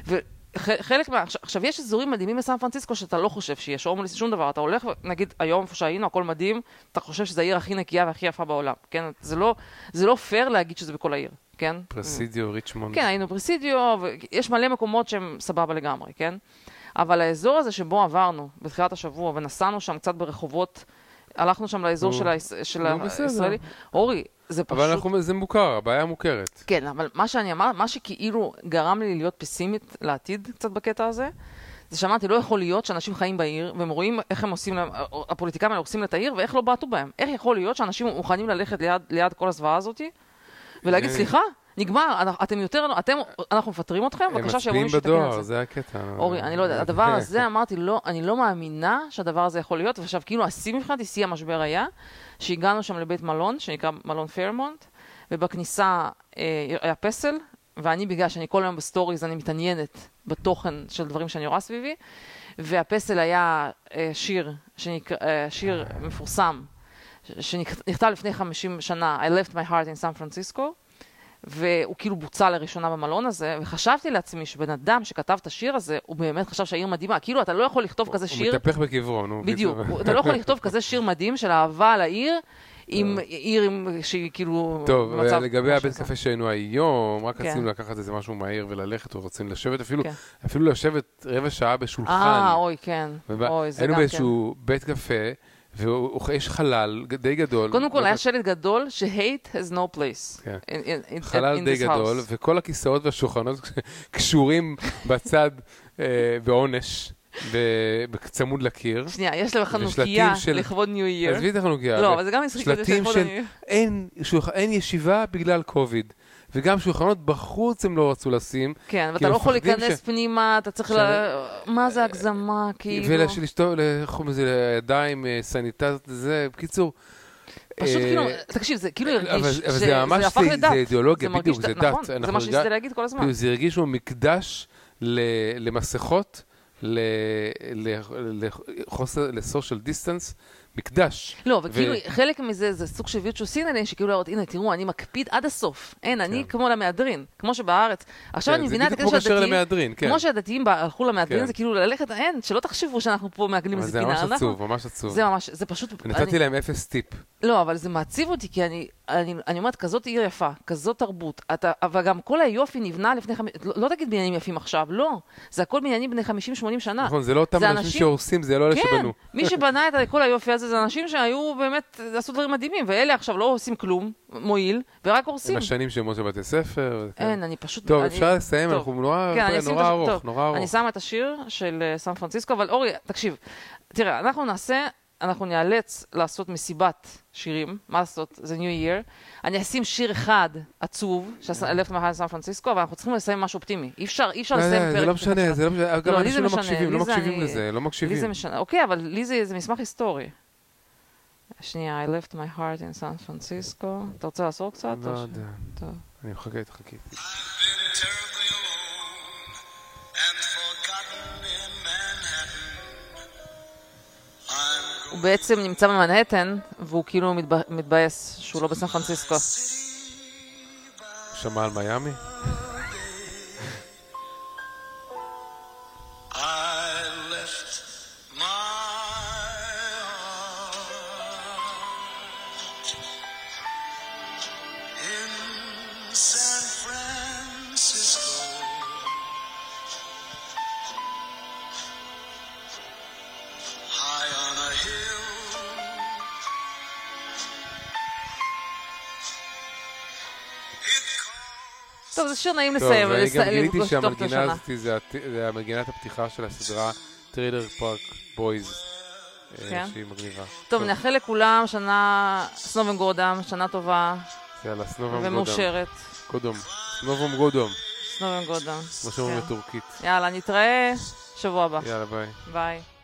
וחלק מה... עכשיו, יש אזורים מדהימים בסן פרנסיסקו שאתה לא חושב שיש, או שום דבר, אתה הולך, נגיד, היום איפה שהיינו, הכל מדהים, אתה חושב שזה העיר הכי נקייה והכי יפה בעולם, כן? זה לא, זה לא פייר להגיד שזה בכל העיר, כן? פרסידיו, ריצ'מונד. כן, היינו פרסידיו, ויש מלא מקומות שהם סבבה לגמרי, כן? אבל האזור הזה שבו עברנו בתחילת השבוע, ונסענו שם קצת ברחובות, הלכנו שם לאזור של הישראלי, אורי, זה פשוט... אבל זה מוכר, הבעיה מוכרת. כן, אבל מה שאני אמר, מה שכאילו גרם לי להיות פסימית לעתיד קצת בקטע הזה, זה שאמרתי, לא יכול להיות שאנשים חיים בעיר, והם רואים איך הם עושים להם, הפוליטיקאים האלה עושים את העיר, ואיך לא בעטו בהם. איך יכול להיות שאנשים מוכנים ללכת ליד, ליד כל הזוועה הזאת, ולהגיד, סליחה, נגמר, אתם יותר, אתם, אנחנו מפטרים אתכם, בבקשה שיבואו מי שתקן את זה. זה הקטע. אורי, אני לא יודע, הדבר הזה, אמרתי, לא, אני לא מאמינה שהדבר הזה יכול להיות, ועכשיו, כאילו, השיא מבחינתי, שיא המשבר היה, שהגענו שם לבית מלון, שנקרא מלון פיירמונט, ובכניסה היה פסל, ואני בגלל שאני כל היום בסטוריז, אני מתעניינת בתוכן של דברים שאני רואה סביבי, והפסל היה שיר, שיר מפורסם, שנכתב לפני חמישים שנה, I left my heart in San Francisco, והוא כאילו בוצע לראשונה במלון הזה, וחשבתי לעצמי שבן אדם שכתב את השיר הזה, הוא באמת חשב שהעיר מדהימה. כאילו, אתה לא יכול לכתוב כזה שיר... הוא מתהפך בקברו, נו. בדיוק. אתה לא יכול לכתוב כזה שיר מדהים של אהבה על העיר, עם עיר שהיא כאילו... טוב, לגבי הבית קפה שהיינו היום, רק רצינו לקחת איזה משהו מהעיר וללכת, או רצינו לשבת אפילו, אפילו לשבת רבע שעה בשולחן. אה, אוי, כן. היינו באיזשהו בית קפה, ויש חלל די גדול. קודם כל היה שלט גדול ש-hate has no place. חלל די גדול, וכל הכיסאות והשולחנות קשורים בצד בעונש, בצמוד לקיר. שנייה, יש להם חנוכיה לכבוד ניו ייר. עזבי את החנוכיה. לא, אבל זה גם משחק כזה של לכבוד ניו ייר. אין ישיבה בגלל קוביד. וגם שולחנות בחוץ הם לא רצו לשים. כן, ואתה לא יכול להיכנס פנימה, אתה צריך ל... מה זה הגזמה, כאילו? ולשתות, לחום איזה ידיים, סניטזיות, זה, בקיצור. פשוט כאילו, תקשיב, זה כאילו הרגיש שזה ממש, זה אידיאולוגיה, בדיוק, זה דת. נכון, זה מה שרציתי להגיד כל הזמן. זה הרגיש שהוא מקדש למסכות, לסושיאל דיסטנס, מקדש. לא, וכאילו חלק מזה זה סוג של וירטואל סיגנל, שכאילו להראות, הנה, תראו, אני מקפיד עד הסוף. אין, אני כמו למהדרין, כמו שבארץ. עכשיו אני מבינה את הקטע שהדתיים, כמו שהדתיים הלכו למהדרין, זה כאילו ללכת, אין, שלא תחשבו שאנחנו פה מעגלים איזה פינה. זה ממש עצוב, ממש עצוב. זה ממש, זה פשוט... נתתי להם אפס טיפ. לא, אבל זה מעציב אותי, כי אני, אני, אני אומרת, כזאת עיר יפה, כזאת תרבות, אתה, אבל גם כל היופי נבנה לפני חמש, לא, לא תגיד בניינים יפים עכשיו, לא. זה הכל בניינים בני חמישים שמונים שנה. נכון, זה לא אותם אנשים שהורסים, זה לא אלה שבנו. מי שבנה את כל היופי הזה, זה אנשים שהיו באמת, עשו דברים מדהימים, ואלה עכשיו לא עושים כלום, מועיל, ורק הורסים. עם השנים שמות של בתי ספר. אין, אני פשוט... טוב, אפשר לסיים, אנחנו נורא ארוך, נורא ארוך. אני שמה את השיר של סן פרנסיסקו, אבל אורי, תקשיב, תראה, אנחנו נעשה, אנחנו נאלץ לעשות מסיבת שירים, מה לעשות? זה New Year. אני אשים שיר אחד עצוב, שהלכת מהחיים סן פרנסיסקו, אבל אנחנו צריכים לסיים משהו אופטימי. אי אפשר, אי אפשר לסיים פרק. זה לא משנה, זה לא משנה. גם אנשים לא מקשיבים, לא מקשיבים לזה, לא מקשיבים. לי זה משנה. אוקיי, אבל לי זה מסמך היסטורי. שנייה, I left my heart in San Francisco. אתה רוצה לעשות קצת? לא יודע. טוב. אני מחכה, תחכי. הוא בעצם נמצא במנהטן, והוא כאילו מתבאס שהוא לא בסן פרנסיסקו. שמע על מיאמי? טוב, זה שיר נעים לסיים. טוב, ואני גם גיליתי שהמנגינה הזאת זה המנגינת הפתיחה של הסדרה טריילר פארק בויז, שהיא מגניבה. טוב, נאחל לכולם שנה סנובן גודם, שנה טובה ומאושרת. גודום, סנובן גודום. סנובן גודם. מה שאומרים בטורקית. יאללה, נתראה שבוע הבא. יאללה, ביי. ביי.